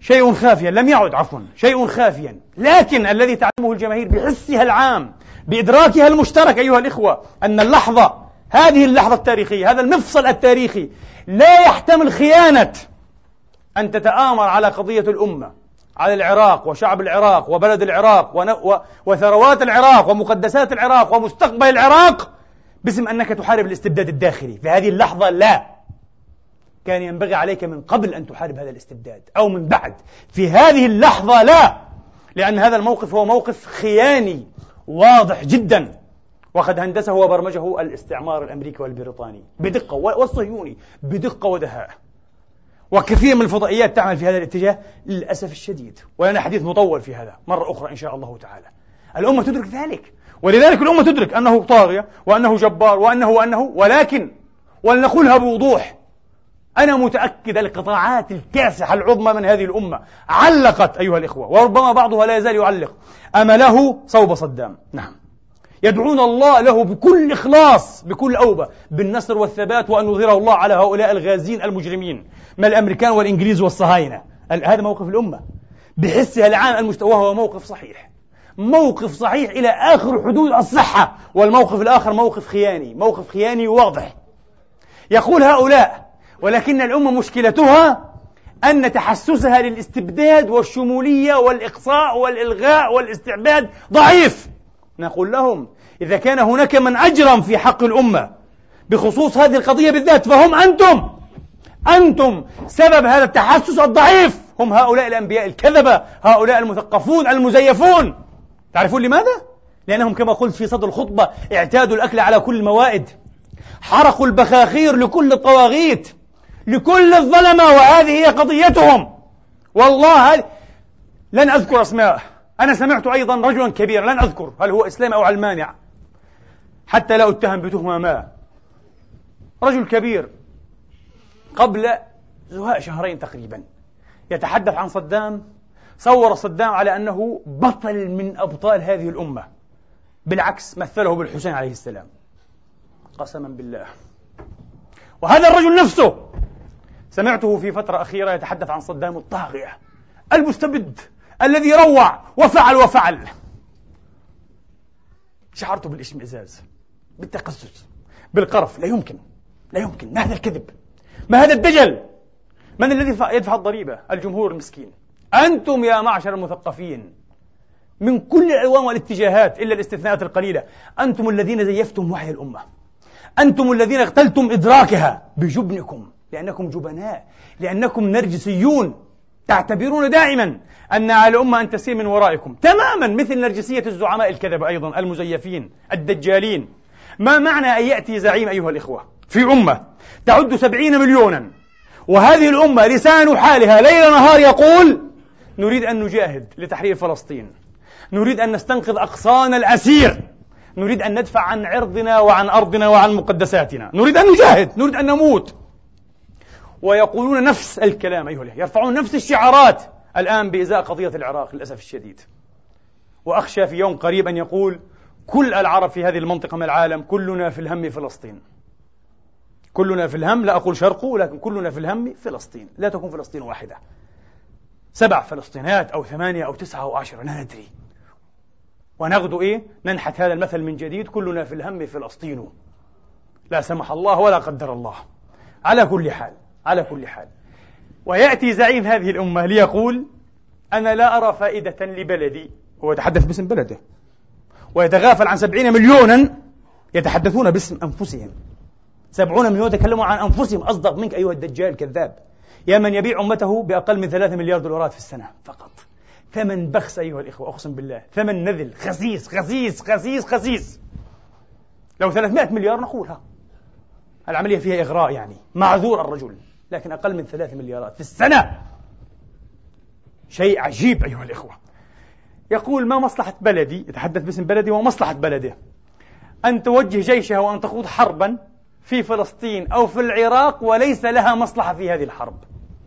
شيء خافيا، لم يعد عفوا شيء خافيا، لكن الذي تعلمه الجماهير بحسها العام بإدراكها المشترك أيها الإخوة أن هذه اللحظة التاريخية، هذا المفصل التاريخي لا يحتمل خيانة أن تتآمر على قضية الأمة، على العراق وشعب العراق وبلد العراق وثروات العراق ومقدسات العراق ومستقبل العراق باسم أنك تحارب الاستبداد الداخلي. في هذه اللحظة لا، كان ينبغي عليك من قبل أن تحارب هذا الاستبداد أو من بعد. في هذه اللحظة لا، لأن هذا الموقف هو موقف خياني واضح جدا، وقد هندسه وبرمجه الاستعمار الأمريكي والبريطاني بدقة، والصهيوني بدقة ودهاء، وكثير من الفضائيات تعمل في هذا الاتجاه للأسف الشديد، ولنا حديث مطول في هذا مرة أخرى إن شاء الله تعالى. الأمة تدرك ذلك، ولذلك الأمة تدرك أنه طاغية وأنه جبار وأنه ولكن ولنقولها بوضوح، أنا متأكد القطاعات الكاسحة العظمى من هذه الأمة علقت أيها الإخوة، وربما بعضها لا يزال يعلق أمله صوب صدام. نعم، يدعون الله له بكل إخلاص بكل أوبة بالنصر والثبات، وأن يظهره الله على هؤلاء الغازين المجرمين من الأمريكان والإنجليز والصهاينة. هذا موقف الأمة بحسها العام وهو موقف صحيح، موقف صحيح إلى آخر حدود الصحة، والموقف الآخر موقف خياني واضح. يقول هؤلاء ولكن الأمة مشكلتها أن تحسسها للاستبداد والشمولية والإقصاء والإلغاء والاستعباد ضعيف. نقول لهم إذا كان هناك من أجرم في حق الأمة بخصوص هذه القضية بالذات فهم أنتم سبب هذا التحسس الضعيف، هم هؤلاء الأنبياء الكذبة، هؤلاء المثقفون المزيفون. تعرفون لماذا؟ لأنهم كما قلت في صدر الخطبة اعتادوا الأكل على كل الموائد، حرقوا البخاخير لكل الطواغيت، لكل الظلمة، وهذه هي قضيتهم. والله لن أذكر أسماء، أنا سمعت أيضا رجلا كبيرا لن أذكر هل هو إسلامي أو علماني حتى لا أتهم بتهمة ما، رجل كبير قبل زهاء شهرين تقريبا يتحدث عن صدام، صور صدام على أنه بطل من أبطال هذه الأمة، بالعكس مثله بالحسين عليه السلام قسما بالله. وهذا الرجل نفسه سمعته في فترة أخيرة يتحدث عن صدام الطاغية المستبد الذي روع وفعل. شعرت بالاشمئزاز، بالتقزز، بالقرف. لا يمكن ما هذا الكذب، ما هذا الدجل؟ من الذي يدفع الضريبة؟ الجمهور المسكين. أنتم يا معشر المثقفين من كل الألوان والاتجاهات إلا الاستثناءات القليلة، أنتم الذين زيفتم وعي الأمة، أنتم الذين اغتلتم إدراكها بجبنكم، لأنكم جبناء، لأنكم نرجسيون، تعتبرون دائما أن على الأمة أن تسير من ورائكم، تماما مثل نرجسية الزعماء الكذبة أيضا المزيفين الدجالين. ما معنى أن يأتي زعيم أيها الإخوة في أمة تعد 70 مليونا، وهذه الأمة لسان حالها ليل نهار يقول نريد أن نجاهد لتحرير فلسطين، نريد أن نستنقذ أغصان الأسير، نريد أن ندفع عن عرضنا وعن أرضنا وعن مقدساتنا، نريد أن نجاهد، نريد أن نموت، ويقولون نفس الكلام أيها الإخوة، يرفعون نفس الشعارات الآن بإزاء قضية العراق للأسف الشديد. وأخشى في يوم قريب أن يقول كل العرب في هذه المنطقة من العالم كلنا في الهم فلسطين، كلنا في الهم، لا أقول شرق، ولكن كلنا في الهم فلسطين، لا تكون فلسطين واحدة، 7 فلسطينات أو 8 أو 9 أو 10 لا ندري، ونغدو ننحت هذا المثل من جديد، كلنا في الهم فلسطين، لا سمح الله ولا قدر الله. على كل حال ويأتي زعيم هذه الأمة ليقول أنا لا أرى فائدة لبلدي، هو يتحدث باسم بلده، ويتغافل عن 70 مليونا يتحدثون باسم أنفسهم. 70 مليون يتكلمون عن أنفسهم، أصدق منك أيها الدجال الكذاب، يا من يبيع أمته بأقل من 3 مليار دولارات في السنة فقط. ثمن بخس أيها الإخوة، أقسم بالله ثمن نذل خسيس. لو 300 مليار نقولها العملية فيها إغراء، معذور الرجل، لكن أقل من 3 مليارات في السنة شيء عجيب أيها الإخوة. يقول ما مصلحة بلدي، يتحدث باسم بلدي ومصلحة بلده، أن توجه جيشها وأن تخوض حربا في فلسطين أو في العراق وليس لها مصلحة في هذه الحرب.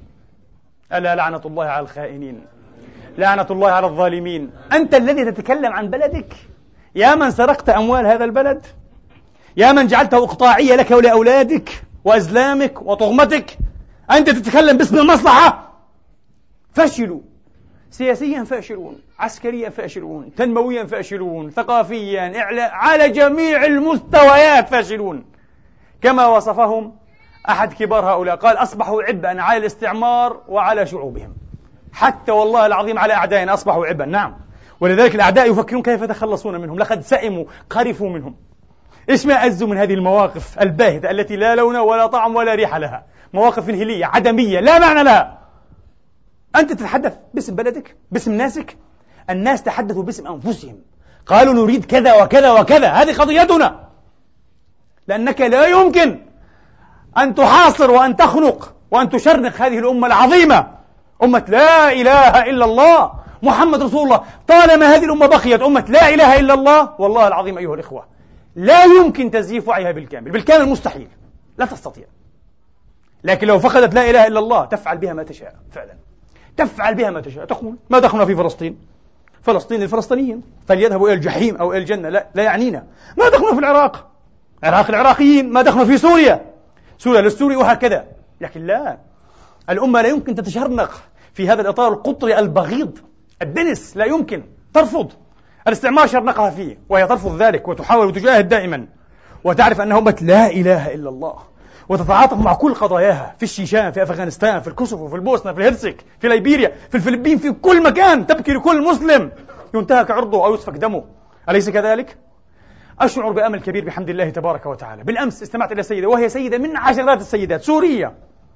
ألا لعنة الله على الخائنين، لعنة الله على الظالمين. أنت الذي تتكلم عن بلدك، يا من سرقت أموال هذا البلد، يا من جعلته إقطاعية لك ولأولادك وأزلامك وطغمتك، أنت تتكلم باسم المصلحة. فشلوا سياسيا، فاشلون عسكريا، فاشلون تنمويا، فاشلون ثقافيا، على جميع المستويات فاشلون. كما وصفهم أحد كبار هؤلاء، قال: أصبحوا عبئا على الاستعمار وعلى شعوبهم، حتى والله العظيم على أعدائنا أصبحوا عبئا. نعم، ولذلك الأعداء يفكرون كيف يتخلصون منهم، لقد سئموا، قرفوا منهم، اشمئزوا من هذه المواقف الباهتة التي لا لون ولا طعم ولا ريح لها، مواقف انهيلية عدمية لا معنى لها. أنت تتحدث باسم بلدك، باسم ناسك، الناس تحدثوا باسم أنفسهم، قالوا نريد كذا وكذا وكذا، هذه قضيتنا. لأنك لا يمكن أن تحاصر وأن تخنق وأن تشرنق هذه الأمة العظيمة، أمة لا إله إلا الله محمد رسول الله. طالما هذه الأمة بقيت أمة لا إله إلا الله، والله العظيم أيها الإخوة لا يمكن تزييف وعيها بالكامل، بالكامل مستحيل، لا تستطيع. لكن لو فقدت لا إله إلا الله تفعل بها ما تشاء، فعلا تفعل بها ما تشاء. تقول: ما دخلنا في فلسطين، فلسطين الفلسطينيين، فليذهبوا إلى الجحيم أو إلى الجنة، لا يعنينا. ما دخلنا في العراق، العراقيين. ما دخلنا في سوريا، سوريا للسوري، وهكذا. لكن لا، الأمة لا يمكن تتشرنق في هذا الإطار القطري البغيض الدنس، لا يمكن، ترفض. الاستعمار شرنقها فيه وهي ترفض ذلك وتحاول وتجاهد دائما، وتعرف أنها أمة لا إله إلا الله، وتتعاطف مع كل قضاياها، في الشيشان، في أفغانستان، في الكوسوفو، في البوسنة، في الهرسك، في ليبيريا، في الفلبين، في كل مكان، تبكي لكل مسلم ينتهك عرضه أو يسفك دمه، أليس كذلك؟ أشعر بأمل كبير بحمد الله تبارك وتعالى. بالأمس استمعت إلى سيدة، وهي سيدة من عشرات السيدات سورية،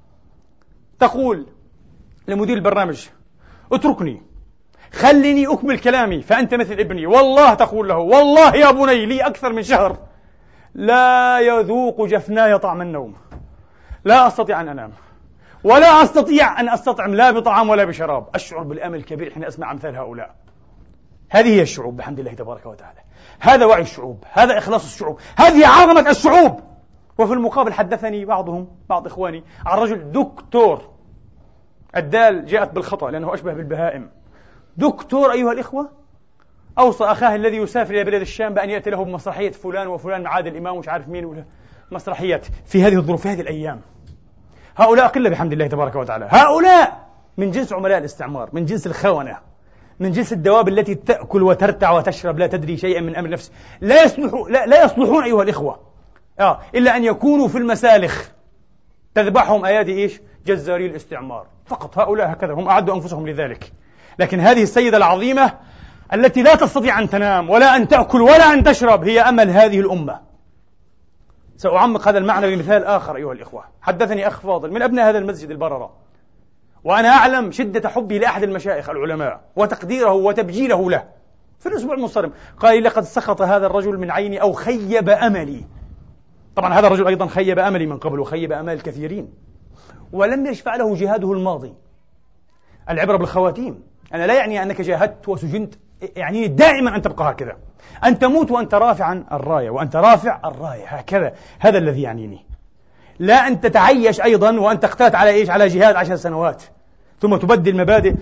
تقول لمدير البرنامج: اتركني، خلني أكمل كلامي، فأنت مثل ابني. والله تقول له: والله يا بني لي أكثر من شهر لا يذوق جفناي طعم النوم، لا أستطيع أن أنام، ولا أستطيع أن أستطعم لا بطعام ولا بشراب. أشعر بالأمل الكبير حين أسمع أمثال هؤلاء. هذه هي الشعوب بحمد الله تبارك وتعالى، هذا وعي الشعوب، هذا إخلاص الشعوب، هذه عظمة الشعوب. وفي المقابل حدثني بعض إخواني عن رجل دكتور، الدال جاءت بالخطأ لأنه أشبه بالبهائم، دكتور أيها الإخوة، أوصى أخاه الذي يسافر إلى بلاد الشام بأن يأتي له بمسرحية فلان وفلان مع عادل الإمام ومش عارف مين، ولا مسرحيات في هذه الظروف، في هذه الأيام. هؤلاء قلة بحمد الله تبارك وتعالى، هؤلاء من جنس عملاء الاستعمار، من جنس الخونة، من جنس الدواب التي تأكل وترتع وتشرب، لا تدري شيئا من أمر نفسه. لا يصلحون أيها الإخوة إلا أن يكونوا في المسالخ تذبحهم أيادي جزاري الاستعمار فقط. هؤلاء هكذا هم أعدوا أنفسهم لذلك. لكن هذه السيدة العظيمة التي لا تستطيع أن تنام ولا أن تأكل ولا أن تشرب هي أمل هذه الأمة. سأعمق هذا المعنى بمثال آخر أيها الإخوة. حدثني أخ فاضل من أبناء هذا المسجد البررة، وأنا أعلم شدة حبي لأحد المشايخ العلماء وتقديره وتبجيله له. في الأسبوع المنصرم قال لي: لقد سقط هذا الرجل من عيني أو خيب أملي. طبعا هذا الرجل أيضا خيب أملي من قبل وخيب أمال الكثيرين، ولم يشفع له جهاده الماضي. العبرة بالخواتيم. أنا لا يعني أنك جاهدت وسجنت، يعني دائما أن تبقى هكذا، أن تموت وأنت رافعا الراية، وأنت رافع الراية هكذا، هذا الذي يعنيني. لا أن تتعيش أيضا وأنت اقتات على جهاد 10 سنوات ثم تبدل مبادئ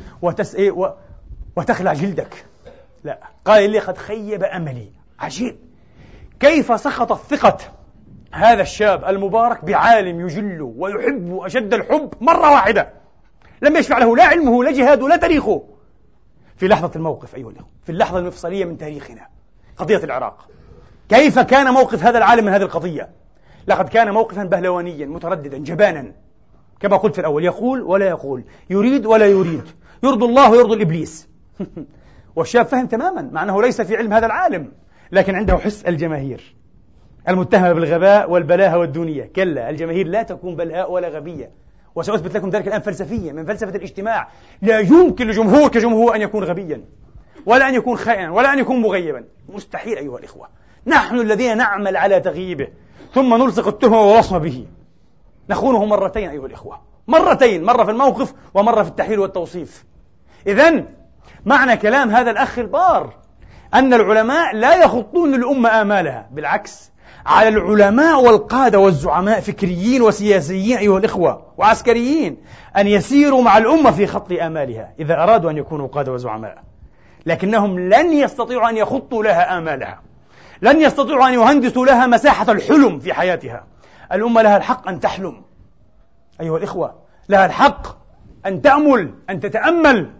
وتخلع جلدك. لا، قال لي: قد خيب أملي. عجيب كيف سقطت ثقة هذا الشاب المبارك بعالم يجل ويحب أشد الحب مرة واحدة، لم يشفع له لا علمه لا جهاده لا تاريخه. في لحظة الموقف أيها الأخوة، في اللحظة المفصلية من تاريخنا، قضية العراق، كيف كان موقف هذا العالم من هذه القضية؟ لقد كان موقفا بهلوانيا مترددا جبانا، كما قلت في الأول، يقول ولا يقول، يريد ولا يريد، يرضي الله ويرضي الإبليس. والشاب فهم تماما مع أنه ليس في علم هذا العالم، لكن عنده حس الجماهير المتهمة بالغباء والبلاهة والدونية. كلا، الجماهير لا تكون بلهاء ولا غبية، وسأثبت لكم ذلك الآن فلسفيا من فلسفة الاجتماع. لا يمكن لجمهور كجمهور أن يكون غبيا، ولا أن يكون خائنا، ولا أن يكون مغيبا، مستحيل أيها الإخوة. نحن الذين نعمل على تغييبه ثم نلصق التهمة والوصم به، نخونه مرتين أيها الإخوة، مرتين، مرة في الموقف ومرة في التحليل والتوصيف. إذن معنى كلام هذا الأخ البار أن العلماء لا يخطون للأمة آمالها، بالعكس، على العلماء والقادة والزعماء فكريين وسياسيين أيها الإخوة وعسكريين أن يسيروا مع الأمة في خط آمالها إذا أرادوا أن يكونوا قادة وزعماء، لكنهم لن يستطيعوا أن يخطوا لها آمالها، لن يستطيعوا أن يهندسوا لها مساحة الحلم في حياتها. الأمة لها الحق أن تحلم أيها الإخوة، لها الحق أن تأمل، أن تتأمل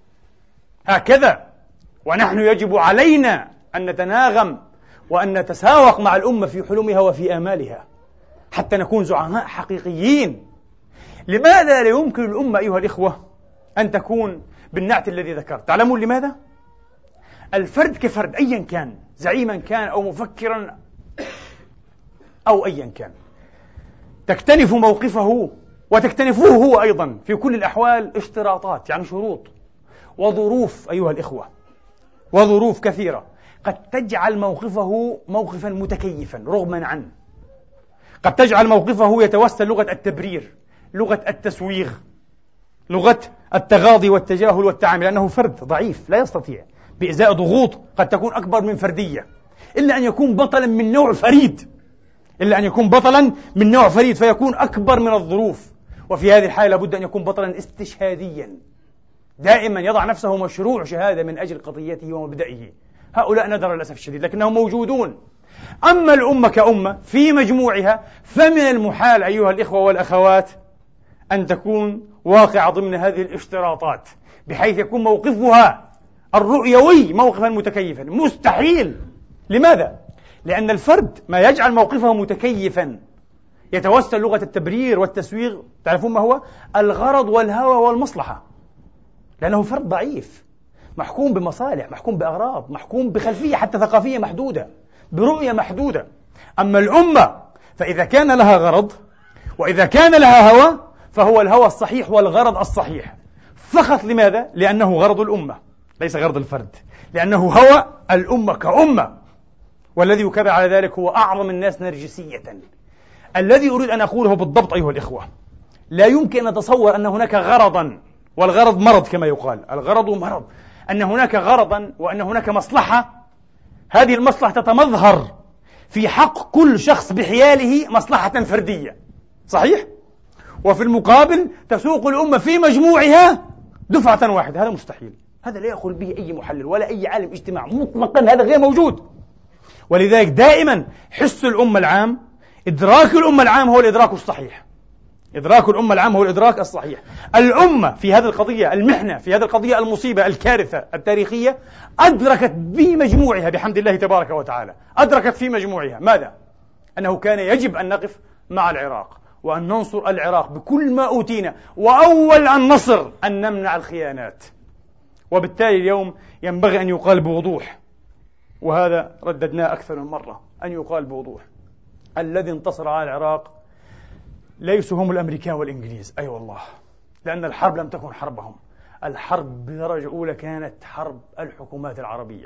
هكذا. ونحن يجب علينا أن نتناغم وأن نتساوق مع الأمة في حلمها وفي آمالها حتى نكون زعماء حقيقيين. لماذا لا يمكن الأمة أيها الإخوة أن تكون بالنعت الذي ذكرت؟ تعلمون لماذا؟ الفرد كفرد أيا كان، زعيما كان أو مفكرا أو أيا كان، تكتنف موقفه وتكتنفوه هو أيضا في كل الأحوال اشتراطات، يعني شروط وظروف أيها الإخوة، وظروف كثيرة قد تجعل موقفه موقفا متكيفا رغما عنه، قد تجعل موقفه يتوسل لغة التبرير، لغة التسويغ، لغة التغاضي والتجاهل والتعامل، لأنه فرد ضعيف لا يستطيع بإزاء ضغوط قد تكون أكبر من فردية، إلا أن يكون بطلا من نوع فريد، إلا أن يكون بطلا من نوع فريد فيكون أكبر من الظروف. وفي هذه الحالة لابد أن يكون بطلا استشهاديا، دائما يضع نفسه مشروع شهادة من أجل قضيته ومبدئه. هؤلاء نادر للأسف الشديد لكنهم موجودون. أما الأمة كأمة في مجموعها فمن المحال أيها الإخوة والأخوات أن تكون واقعة ضمن هذه الاشتراطات بحيث يكون موقفها الرؤيوي موقفا متكيفا. مستحيل. لماذا؟ لأن الفرد ما يجعل موقفه متكيفا يتوسل لغة التبرير والتسويغ، تعرفون ما هو؟ الغرض والهوى والمصلحة، لأنه فرد ضعيف محكوم بمصالح، محكوم بأغراض، محكوم بخلفية حتى ثقافية محدودة، برؤية محدودة. أما الأمة فإذا كان لها غرض وإذا كان لها هوى فهو الهوى الصحيح والغرض الصحيح فقط. لماذا؟ لأنه غرض الأمة ليس غرض الفرد، لأنه هوى الأمة كأمة. والذي يكبر على ذلك هو أعظم الناس نرجسية. الذي أريد أن أقوله بالضبط أيها الإخوة، لا يمكن أن نتصور أن هناك غرضا، والغرض مرض كما يقال، الغرض مرض، أن هناك غرضا وأن هناك مصلحة، هذه المصلحة تتمظهر في حق كل شخص بحياله مصلحة فردية، صحيح؟ وفي المقابل تسوق الأمة في مجموعها دفعة واحدة. هذا مستحيل، هذا لا يقول به أي محلل ولا أي عالم اجتماع مطلقا، هذا غير موجود. ولذلك دائما حس الأمة العام، إدراك الأمة العام هو الإدراك الصحيح، إدراك الأمة العام هو الإدراك الصحيح. الأمة في هذه القضية المحنة، في هذه القضية المصيبة الكارثة التاريخية، أدركت بمجموعها بحمد الله تبارك وتعالى، أدركت في مجموعها ماذا؟ أنه كان يجب أن نقف مع العراق وأن ننصر العراق بكل ما أوتينا، وأول النصر أن نمنع الخيانات. وبالتالي اليوم ينبغي أن يقال بوضوح، وهذا رددناه أكثر من مرة، أن يقال بوضوح الذي انتصر على العراق ليسوا هم الأمريكان والإنجليز، أي والله، لأن الحرب لم تكن حربهم، الحرب بدرجة أولى كانت حرب الحكومات العربية.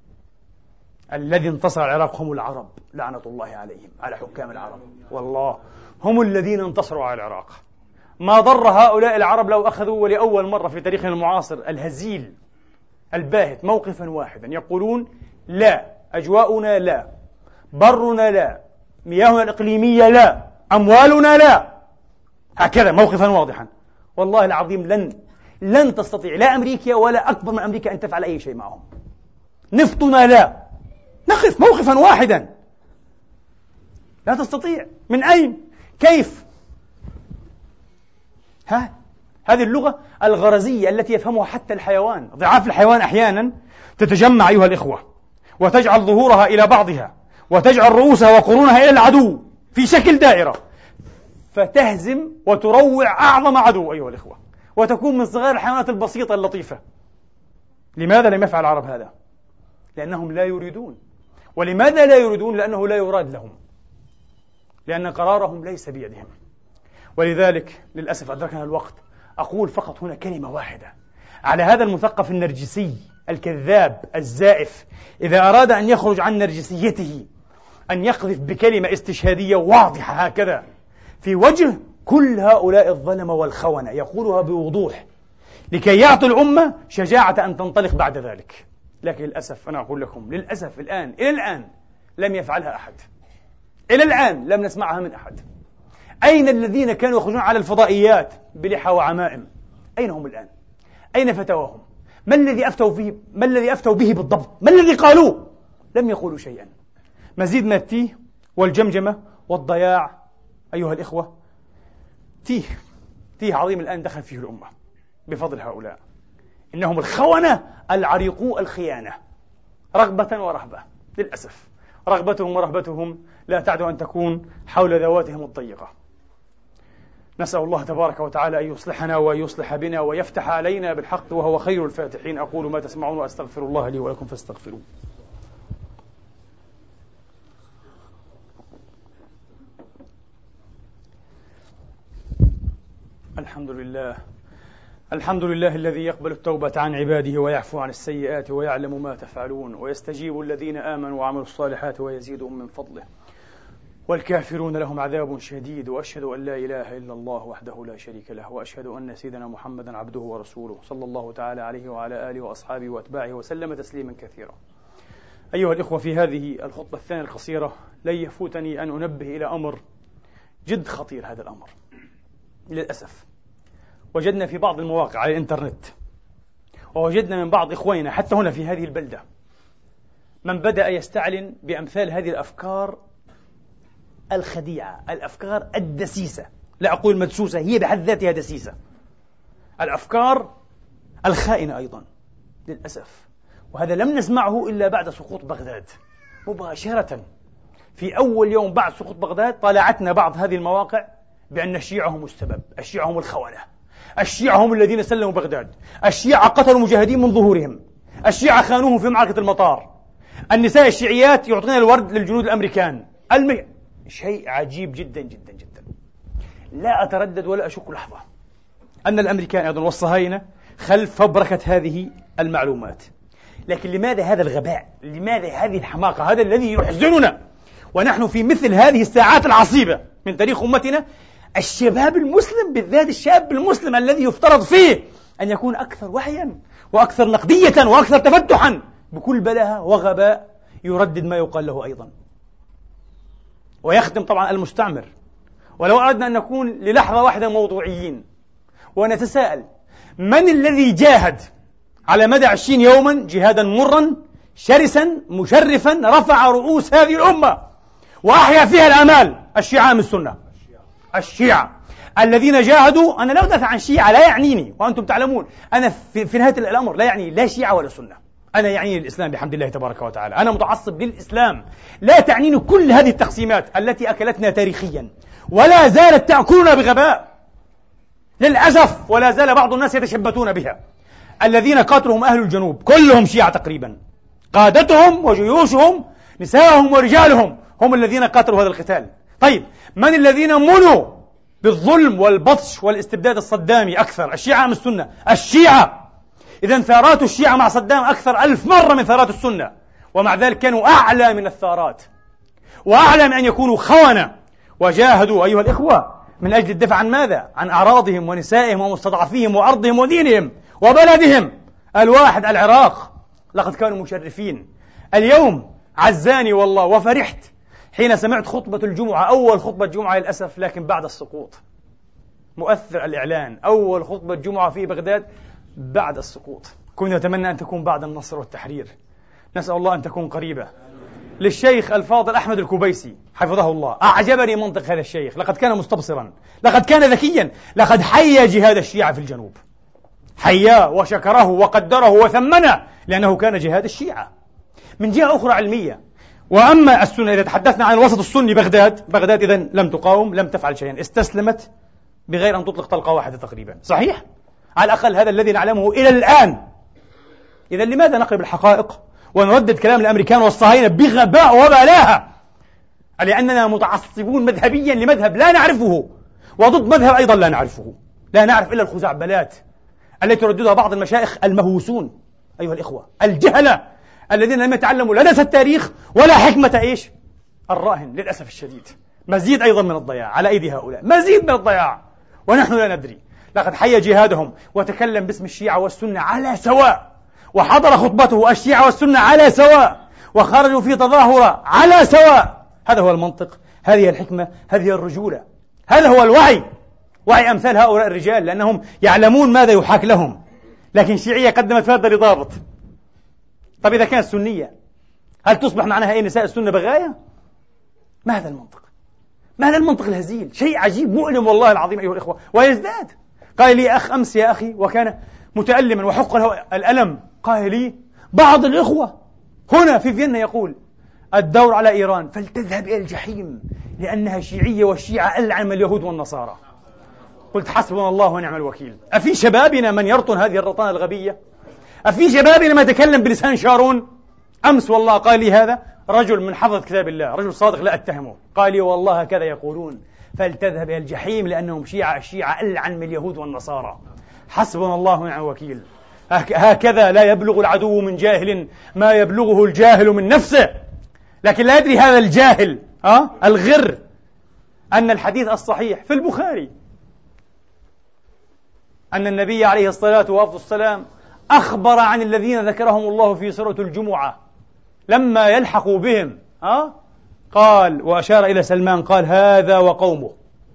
الذي انتصر على العراق هم العرب لعنة الله عليهم، على حكام العرب، والله هم الذين انتصروا على العراق. ما ضر هؤلاء العرب لو أخذوا ولأول مرة في تاريخنا المعاصر الهزيل الباهت موقفا واحدا، يقولون لا، أجواؤنا لا، برنا لا، مياهنا الإقليمية لا، أموالنا لا، هكذا موقفا واضحا. والله العظيم لن تستطيع لا أمريكا ولا أكبر من أمريكا أن تفعل أي شيء معهم. نفطنا لا، نقف موقفا واحدا، لا تستطيع. من أين؟ كيف؟ هذه اللغة الغرزية التي يفهمها حتى الحيوان. ضعاف الحيوان أحيانا تتجمع أيها الإخوة وتجعل ظهورها إلى بعضها وتجعل رؤوسها وقرونها إلى العدو في شكل دائرة، فتهزم وتروع أعظم عدو أيها الإخوة، وتكون من صغار الحيوانات البسيطة اللطيفة. لماذا لم يفعل العرب هذا؟ لأنهم لا يريدون. ولماذا لا يريدون؟ لأنه لا يراد لهم، لأن قرارهم ليس بيدهم. ولذلك للأسف أدركنا الوقت، أقول فقط هنا كلمة واحدة على هذا المثقف النرجسي الكذاب الزائف، إذا أراد أن يخرج عن نرجسيته أن يقذف بكلمة استشهادية واضحة هكذا في وجه كل هؤلاء الظلمة والخونة، يقولها بوضوح لكي يعطي الأمة شجاعة أن تنطلق بعد ذلك. لكن للأسف أنا أقول لكم للأسف إلى الآن لم يفعلها أحد، إلى الآن لم نسمعها من أحد. أين الذين كانوا يخرجون على الفضائيات بلحى وعمائم؟ أين هم الآن؟ أين فتواهم؟ ما الذي أفتوا به بالضبط؟ ما الذي قالوه؟ لم يقولوا شيئا. مزيد من التيه والجمجمة والضياع أيها الإخوة. تيه عظيم الآن دخل فيه الأمة. بفضل هؤلاء. إنهم الخونة العريقو الخيانة، رغبة ورهبة. للأسف رغبتهم ورهبتهم لا تعد أن تكون حول ذواتهم الضيقة. نسأل الله تبارك وتعالى أن يصلحنا وأن يصلح بنا ويفتح علينا بالحق وهو خير الفاتحين. أقول ما تسمعون وأستغفر الله لي ولكم فاستغفروه. الحمد لله الذي يقبل التوبة عن عباده ويعفو عن السيئات ويعلم ما تفعلون ويستجيب الذين آمنوا وعملوا الصالحات ويزيدهم من فضله، والكافرون لهم عذاب شديد. وأشهد أن لا إله إلا الله وحده لا شريك له، وأشهد أن سيدنا محمدا عبده ورسوله صلى الله تعالى عليه وعلى آله وأصحابه وأتباعه وسلم تسليما كثيرا. أيها الإخوة، في هذه الخطبة الثانية القصيرة لن يفوتني أن أنبه إلى أمر جد خطير. هذا الأمر للأسف وجدنا في بعض المواقع على الإنترنت، ووجدنا من بعض إخواننا حتى هنا في هذه البلدة من بدأ يستعلن بأمثال هذه الأفكار الخديعة، الأفكار الدسيسة، لا أقول مدسوسة، هي بحد ذاتها دسيسة، الأفكار الخائنة أيضا للأسف. وهذا لم نسمعه إلا بعد سقوط بغداد مباشرة. في أول يوم بعد سقوط بغداد طالعتنا بعض هذه المواقع بأن الشيعة هم السبب، الشيعة هم الخونة، الشيعة هم الذين سلموا بغداد، الشيعة قتلوا المجاهدين من ظهورهم، الشيعة خانوهم في معركة المطار، النساء الشيعيات يعطين الورد للجنود الأمريكان. شيء عجيب جدا جدا جدا. لا أتردد ولا أشك لحظة أن الأمريكان أيضا والصهاينة خلف فبركة هذه المعلومات. لكن لماذا هذا الغباء؟ لماذا هذه الحماقة؟ هذا الذي يحزننا ونحن في مثل هذه الساعات العصيبة من تاريخ أمتنا. الشباب المسلم بالذات، الشاب المسلم الذي يفترض فيه أن يكون أكثر وعيا وأكثر نقدية وأكثر تفتحا، بكل بلاهة وغباء يردد ما يقال له أيضا ويخدم طبعا المستعمر. ولو أردنا أن نكون للحظة واحدة موضوعيين ونتساءل، من الذي جاهد على مدى 20 يوما جهادا مرا شرسا مشرفا رفع رؤوس هذه الأمة وأحيا فيها الآمال؟ الشيعة من السنة، الشيعة الذين جاهدوا. أنا لا أدافع عن الشيعة، لا يعنيني، وأنتم تعلمون أنا في نهاية الأمر لا يعني لا شيعة ولا سنة، أنا يعنيني الإسلام بحمد الله تبارك وتعالى، أنا متعصب للإسلام. لا تعنيني كل هذه التقسيمات التي أكلتنا تاريخيا ولا زالت تأكلنا بغباء للأسف، ولا زال بعض الناس يتشبتون بها. الذين قاتلهم أهل الجنوب كلهم شيعة تقريبا، قادتهم وجيوشهم نساءهم ورجالهم هم الذين قاتلوا هذا القتال. طيب من الذين منوا بالظلم والبطش والاستبداد الصدامي أكثر؟ الشيعة أم السنة؟ الشيعة. إذن ثارات الشيعة مع صدام أكثر 1000 مرة من ثارات السنة، ومع ذلك كانوا أعلى من الثارات وأعلى من أن يكونوا خونة. وجاهدوا أيها الإخوة من أجل الدفع عن ماذا؟ عن أعراضهم ونسائهم ومستضعفيهم وأرضهم ودينهم وبلدهم الواحد العراق. لقد كانوا مشرفين. اليوم عزاني والله وفرحت حين سمعت خطبة الجمعة، أول خطبة جمعة للأسف، لكن بعد السقوط. مؤثر الإعلان، أول خطبة جمعة في بغداد بعد السقوط. كنا نتمنى أن تكون بعد النصر والتحرير، نسأل الله أن تكون قريبة. للشيخ الفاضل أحمد الكوبيسي حفظه الله، أعجبني منطق هذا الشيخ، لقد كان مستبصرا، لقد كان ذكيا، لقد حيا جهاد الشيعة في الجنوب، حياه وشكره وقدره وثمنه لأنه كان جهاد الشيعة. من جهة أخرى علمية. وأما السنة، إذا تحدثنا عن الوسط السني بغداد إذن لم تقاوم، لم تفعل شيئا، استسلمت بغير أن تطلق طلقة واحدة تقريبا. صحيح؟ على الأقل هذا الذي نعلمه إلى الآن. إذن لماذا نقلب الحقائق ونردد كلام الأمريكان والصهاينة بغباء وبلاهة؟ لأننا متعصبون مذهبيا لمذهب لا نعرفه، وضد مذهب أيضا لا نعرفه. لا نعرف إلا الخزعبلات التي ترددها بعض المشايخ المهووسون أيها الإخوة، الجهلة الذين لم يتعلموا لا درس التاريخ ولا حكمة الراهن. للأسف الشديد مزيد أيضا من الضياع على أيدي هؤلاء، مزيد من الضياع ونحن لا ندري. لقد حيا جهادهم وتكلم باسم الشيعة والسنة على سواء، وحضر خطبته الشيعة والسنة على سواء، وخرجوا في تظاهرة على سواء. هذا هو المنطق، هذه الحكمة، هذه الرجولة، هذا هو الوعي، وعي أمثال هؤلاء الرجال، لأنهم يعلمون ماذا يحاك لهم. لكن شيعية قدمت فادة لضابط. طيب إذا كانت سنية هل تصبح معناها نساء السنة بغاية؟ ما هذا المنطق؟ ما هذا المنطق الهزيل؟ شيء عجيب مؤلم والله العظيم أيها الإخوة. ويزداد قال لي أخ أمس يا أخي وكان متألما وحق له الألم، قال لي بعض الإخوة هنا في فيينا يقول الدور على إيران فلتذهب إلى الجحيم لأنها شيعية والشيعة ألعن من اليهود والنصارى. قلت حسبنا الله ونعم الوكيل. أفي شبابنا من يرطن هذه الرطانة الغبية؟ أفي شبابنا ما يتكلم بلسان شارون؟ أمس والله قال لي هذا رجل من حفظ كتاب الله، رجل صادق لا أتهمه، قال لي والله هكذا يقولون فلتذهب إلى الجحيم لأنهم شيعة، الشيعة ألعن من اليهود والنصارى. حسبنا الله ونعم الوكيل. هكذا لا يبلغ العدو من جاهل ما يبلغه الجاهل من نفسه. لكن لا يدري هذا الجاهل الغر أن الحديث الصحيح في البخاري أن النبي عليه الصلاة والسلام أخبر عن الذين ذكرهم الله في سورة الجمعة لما يلحقوا بهم قال وأشار إلى سلمان قال هذا وقومه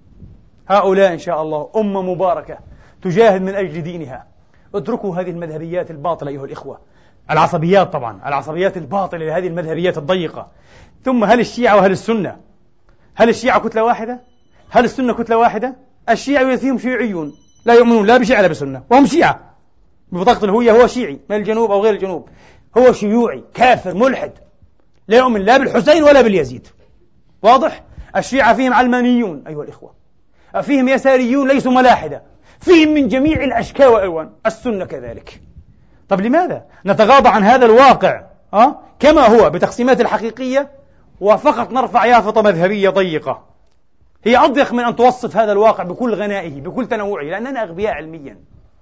هؤلاء إن شاء الله أمة مباركة تجاهد من أجل دينها. اتركوا هذه المذهبيات الباطلة أيها الإخوة، العصبيات طبعا، العصبيات الباطلة لهذه المذهبيات الضيقة. ثم هل الشيعة وهل السنة، هل الشيعة كتلة واحدة؟ هل السنة كتلة واحدة؟ الشيعة فيهم شيعيون لا يؤمنون لا بشيعة لا بسنة، وهم شيعة ببطاقة الهوية، هو شيعي من الجنوب أو غير الجنوب، هو شيوعي كافر ملحد لا يؤمن لا بالحسين ولا باليزيد. واضح؟ الشيعة فيهم علمانيون أيها الإخوة، فيهم يساريون ليسوا ملاحدة، فيهم من جميع الأشكال والألوان، السنة كذلك. طب لماذا نتغاضى عن هذا الواقع كما هو بتقسيمات الحقيقية وفقط نرفع يافطة مذهبية ضيقة هي أضيق من أن توصف هذا الواقع بكل غنائه بكل تنوعه، لأننا أغبياء علميا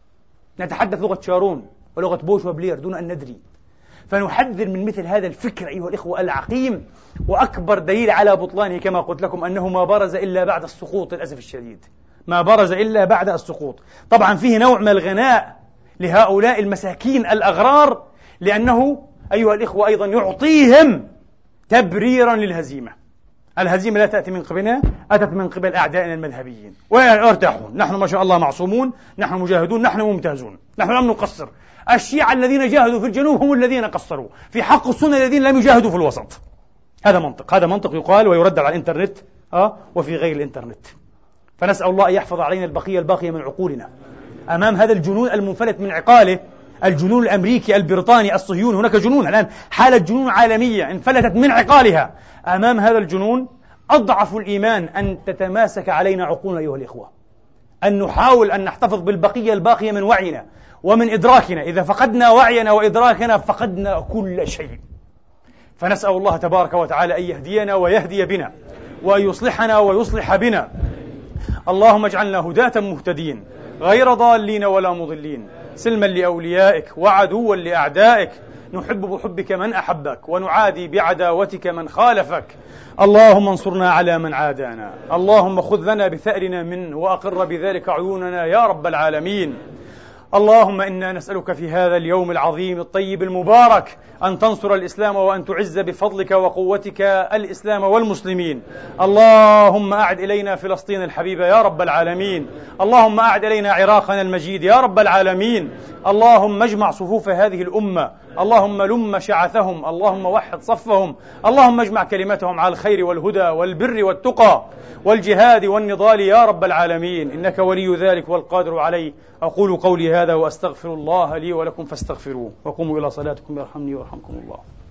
نتحدث لغة شارون ولغة بوش وبلير دون أن ندري. فنحذر من مثل هذا الفكر أيها الإخوة العقيم، وأكبر دليل على بطلانه كما قلت لكم أنه ما برز إلا بعد السقوط للأسف الشديد، ما برز إلا بعد السقوط. طبعا فيه نوع من الغناء لهؤلاء المساكين الأغرار، لأنه أيها الإخوة أيضا يعطيهم تبريرا للهزيمة. الهزيمة لا تأتي من قبلنا، أتت من قبل أعدائنا المذهبيين ويرتاحون. نحن ما شاء الله معصومون، نحن مجاهدون، نحن ممتازون، نحن لم نقصر. الشيعة الذين جاهدوا في الجنوب هم الذين قصروا في حق السنة الذين لم يجاهدوا في الوسط. هذا منطق يقال ويردد على الإنترنت وفي غير الإنترنت. فنسأل الله أن يحفظ علينا البقية من عقولنا أمام هذا الجنون المنفلت من عقاله، الجنون الأمريكي البريطاني الصهيوني. هناك جنون الآن، حالة جنون عالمية انفلتت من عقالها. أمام هذا الجنون أضعف الإيمان أن تتماسك علينا عقولنا أيها الإخوة، أن نحاول أن نحتفظ بالبقية الباقية من وعينا ومن إدراكنا. إذا فقدنا وعينا وإدراكنا فقدنا كل شيء. فنسأل الله تبارك وتعالى أن يهدينا ويهدي بنا وأن يصلحنا ويصلح بنا. اللهم اجعلنا هداة مهتدين غير ضالين ولا مضلين، سلما لأوليائك وعدوا لأعدائك، نحب بحبك من أحبك ونعادي بعداوتك من خالفك. اللهم انصرنا على من عادانا، اللهم خذ لنا بثأرنا منه وأقر بذلك عيوننا يا رب العالمين. اللهم إنا نسألك في هذا اليوم العظيم الطيب المبارك أن تنصر الإسلام وأن تعز بفضلك وقوتك الإسلام والمسلمين. اللهم أعد إلينا فلسطين الحبيبة يا رب العالمين. اللهم أعد إلينا عراقنا المجيد يا رب العالمين. اللهم اجمع صفوف هذه الأمة، اللهم لم شعثهم، اللهم وحد صفهم، اللهم اجمع كلمتهم على الخير والهدى والبر والتقى والجهاد والنضال يا رب العالمين، إنك ولي ذلك والقادر عليه. أقول قولي هذا وأستغفر الله لي ولكم فاستغفروه، وقوموا إلى صلاتكم يرحمني ويرحمكم الله.